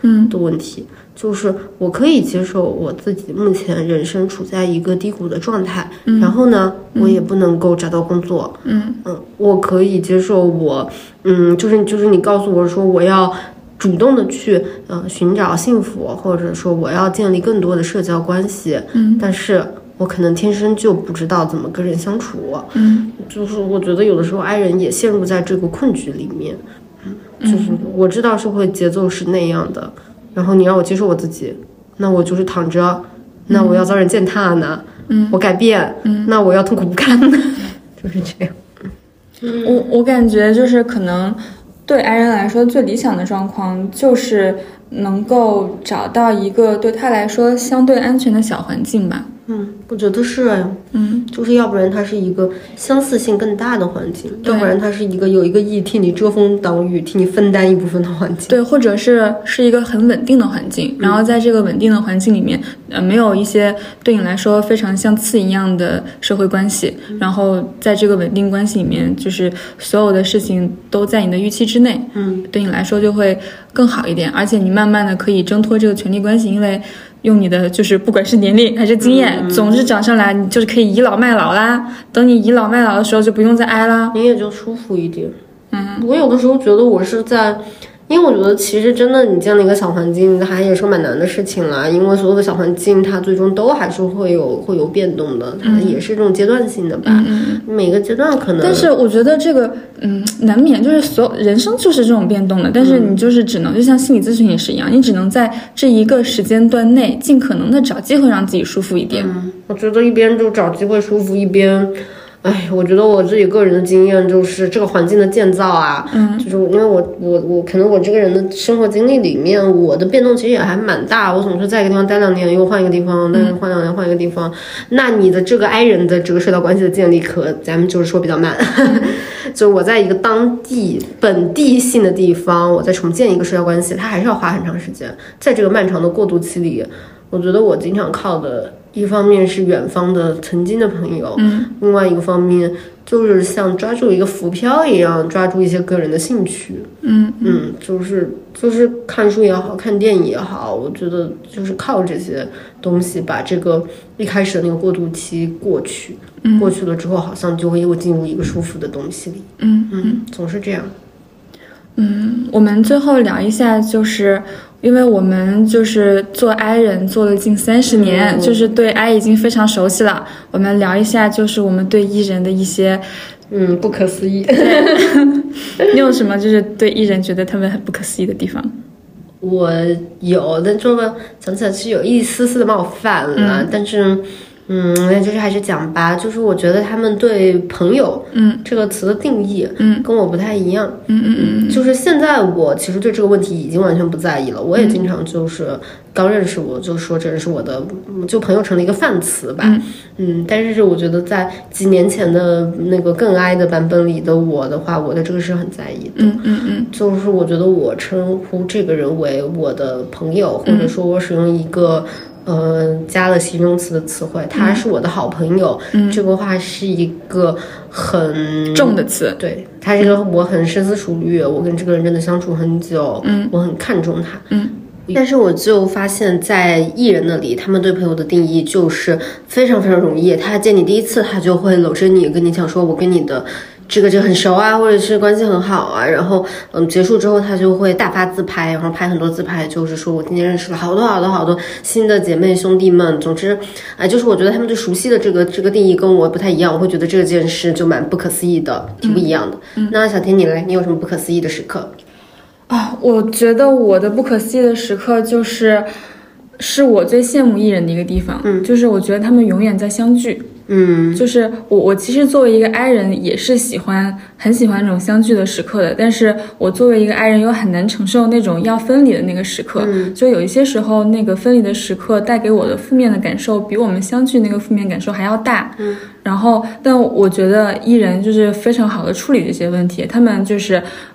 嗯的问题。就是我可以接受我自己目前人生处在一个低谷的状态， 嗯、 然后呢，我也不能够找到工作。 嗯嗯，我可以接受我，嗯，就是就是你告诉我说我要主动的去呃寻找幸福，或者说我要建立更多的社交关系。 嗯， 但是我可能天生就不知道怎么跟人相处。 嗯， 就是我觉得有的时候 I 人也陷入在这个困局里面。嗯，就是我知道社会节奏是那样的。然后你让我接受我自己，那我就是躺着，那我要遭人践踏呢。嗯，我改变，嗯，那我要痛苦不堪呢。就是这样。 嗯、我我感觉就是可能对 I 人来说最理想的状况就是能够找到一个对他来说相对安全的小环境吧。 嗯，我觉得是哎， 嗯， 就是要不然它是一个相似性更大的环境，要不然它是一个有一个翼替你遮风挡雨、替你分担一部分的环境。 对，或者是是一个很稳定的环境，然后在这个稳定的环境里面，呃，没有一些对你来说非常像刺一样的社会关系，嗯、然后在这个稳定关系里面，就是所有的事情都在你的预期之内， 嗯， 对你来说就会更好一点，而且你慢慢的可以挣脱这个权力关系，因为用你的就是不管是年龄还是经验， 嗯、 总之涨上来，你就是可以倚老卖老啦。等你倚老卖老的时候，就不用再挨啦， 你也就舒服一点。 嗯， 我有的时候觉得我是在，因为我觉得其实真的你建立一个小环境，它也是蛮难的事情啦。因为所有的小环境，它最终都还是会有会有变动的，它也是这种阶段性的吧。 嗯、 每个阶段可能， 但是我觉得这个，嗯，难免就是所有人生就是这种变动的。但是你就是只能，就像心理咨询也是一样，你只能在这一个时间段内，尽可能的找机会让自己舒服一点。 嗯，我觉得一边就找机会舒服，一边。哎，我觉得我自己个人的经验就是这个环境的建造啊， 嗯， 就是因为我我我可能我这个人的生活经历里面，我的变动其实也还蛮大。我总是在一个地方待两年，又换一个地方，但是换两年换一个地方。那你的这个 I 人的这个社交关系的建立，可咱们就是说比较慢。就我在一个当地本地性的地方，我再重建一个社交关系，它还是要花很长时间。在这个漫长的过渡期里，我觉得我经常靠的。一方面是远方的曾经的朋友， 嗯， 另外一个方面就是像抓住一个浮漂一样，抓住一些个人的兴趣， 嗯嗯，就是就是看书也好看电影也好，我觉得就是靠这些东西把这个一开始的那个过渡期过去， 嗯， 过去了之后好像就会又进入一个舒服的东西里， 嗯嗯，总是这样。 嗯，我们最后聊一下，就是因为我们就是做 I 人做了近三十年， 嗯、 就是对 I 已经非常熟悉了。我们聊一下，就是我们对 E 人的一些， 嗯，不可思议。 你有什么就是对 E 人觉得他们很不可思议的地方？ 我有，但这么讲起来是有一丝丝的冒犯了，嗯、但是。嗯，就是还是讲吧，就是我觉得他们对朋友， 嗯， 这个词的定义， 嗯， 跟我不太一样， 嗯嗯嗯， 就是现在我其实对这个问题已经完全不在意了，我也经常就是刚认识我就说这人是我的，就朋友成了一个泛词吧， 嗯， 嗯，但是我觉得在几年前的那个更哀的版本里的我的话，我对这个是很在意的， 嗯嗯嗯， 就是我觉得我称呼这个人为我的朋友，或者说我使用一个。呃，加了形容词的词汇，他是我的好朋友。嗯，这个话是一个很重的词， 对，他是一个我很深思熟虑，我跟这个人真的相处很久， 嗯， 我很看重他， 嗯。 但是我就发现，在艺人那里，他们对朋友的定义就是非常非常容易。他见你第一次，他就会搂着你，跟你讲说：“我跟你的这个这个很熟啊，或者是关系很好啊。”然后，嗯，结束之后，他就会大发自拍，然后拍很多自拍，就是说我今天认识了好多好多好多新的姐妹兄弟们。总之，哎，就是我觉得他们对熟悉的这个这个定义跟我不太一样，我会觉得这件事就蛮不可思议的，挺不一样的。嗯，那小田你来，你有什么不可思议的时刻？ 啊，我觉得我的不可思议的时刻就是，是我最羡慕艺人的一个地方， 嗯， 就是我觉得他们永远在相聚， 嗯， 就是我我其实作为一个 I 人也是喜欢很喜欢那种相聚的时刻的，但是我作为一个 I 人又很难承受那种要分离的那个时刻， 嗯， 就有一些时候那个分离的时刻带给我的负面的感受比我们相聚那个负面感受还要大， 嗯， 然后但我觉得艺人就是非常好的处理这些问题，他们就是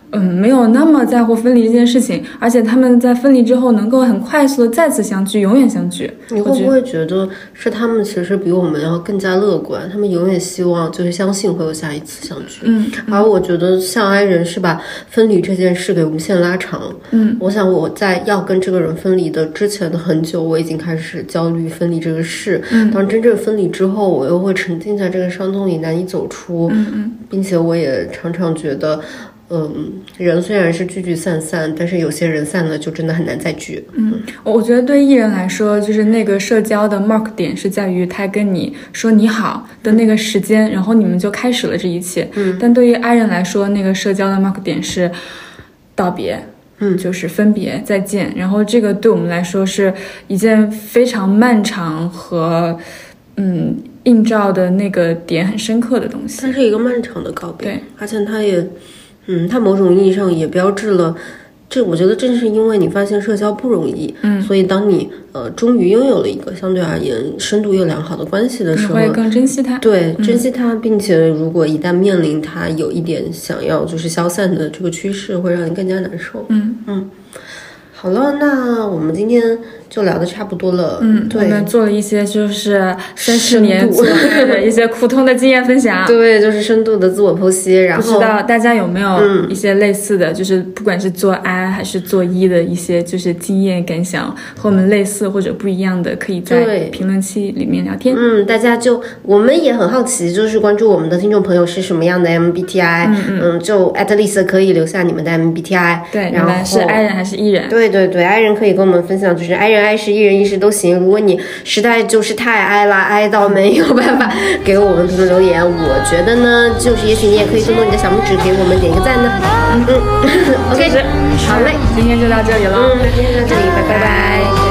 嗯，没有那么在乎分离这件事情，而且他们在分离之后能够很快速的再次相聚，永远相聚。 你会不会觉得是他们其实比我们要更加乐观？他们永远希望就是相信会有下一次相聚。 嗯，嗯而我觉得像爱人是把分离这件事给无限拉长。 嗯， 我想我在要跟这个人分离的之前的很久，我已经开始焦虑分离这个事。 嗯， 当真正分离之后，我又会沉浸在这个伤痛里难以走出。 嗯嗯， 并且我也常常觉得。嗯，人虽然是聚聚散散，但是有些人散了就真的很难再聚。 嗯，我觉得对艺人来说，就是那个社交的 mark 点是在于他跟你说你好的那个时间，然后你们就开始了这一切。 嗯， 但对于 I 人来说，那个社交的 mark 点是道别。 嗯， 就是分别再见，然后这个对我们来说是一件非常漫长和嗯映照的那个点很深刻的东西。 它是一个漫长的告别， 对， 而且它也。嗯，它某种意义上也标志了，这我觉得正是因为你发现社交不容易， 嗯， 所以当你呃终于拥有了一个相对而言深度又良好的关系的时候， 你会更珍惜它， 对，珍惜它，并且如果一旦面临它有一点想要就是消散的这个趋势，会让你更加难受。 嗯嗯。好了，那我们今天就聊的差不多了。 嗯， 对， 我们做了一些就是三十年做爱的一些苦痛的经验分享。 对，就是深度的自我剖析。然后不知道大家有没有一些类似的，嗯、就是不管是做爱还是做一的一些就是经验感想，和我们类似或者不一样的，可以在评论区里面聊天。 嗯，大家就我们也很好奇，就是关注我们的听众朋友是什么样的 M B T I。嗯嗯，嗯就 at least 可以留下你们的 M B T I。 对， 然后是 I 人还是 E 人？ 对。对对对 ，I 人可以跟我们分享，就是 I 人 I 时 E 人 E 时都行。如果你实在就是太 I 啦 ，I 到没有办法给我们评论留言，我觉得呢，就是也许你也可以动动你的小拇指给我们点一个赞呢。嗯嗯，OK，好嘞， 今天就到这里了。 嗯，今天就到这里，拜拜拜。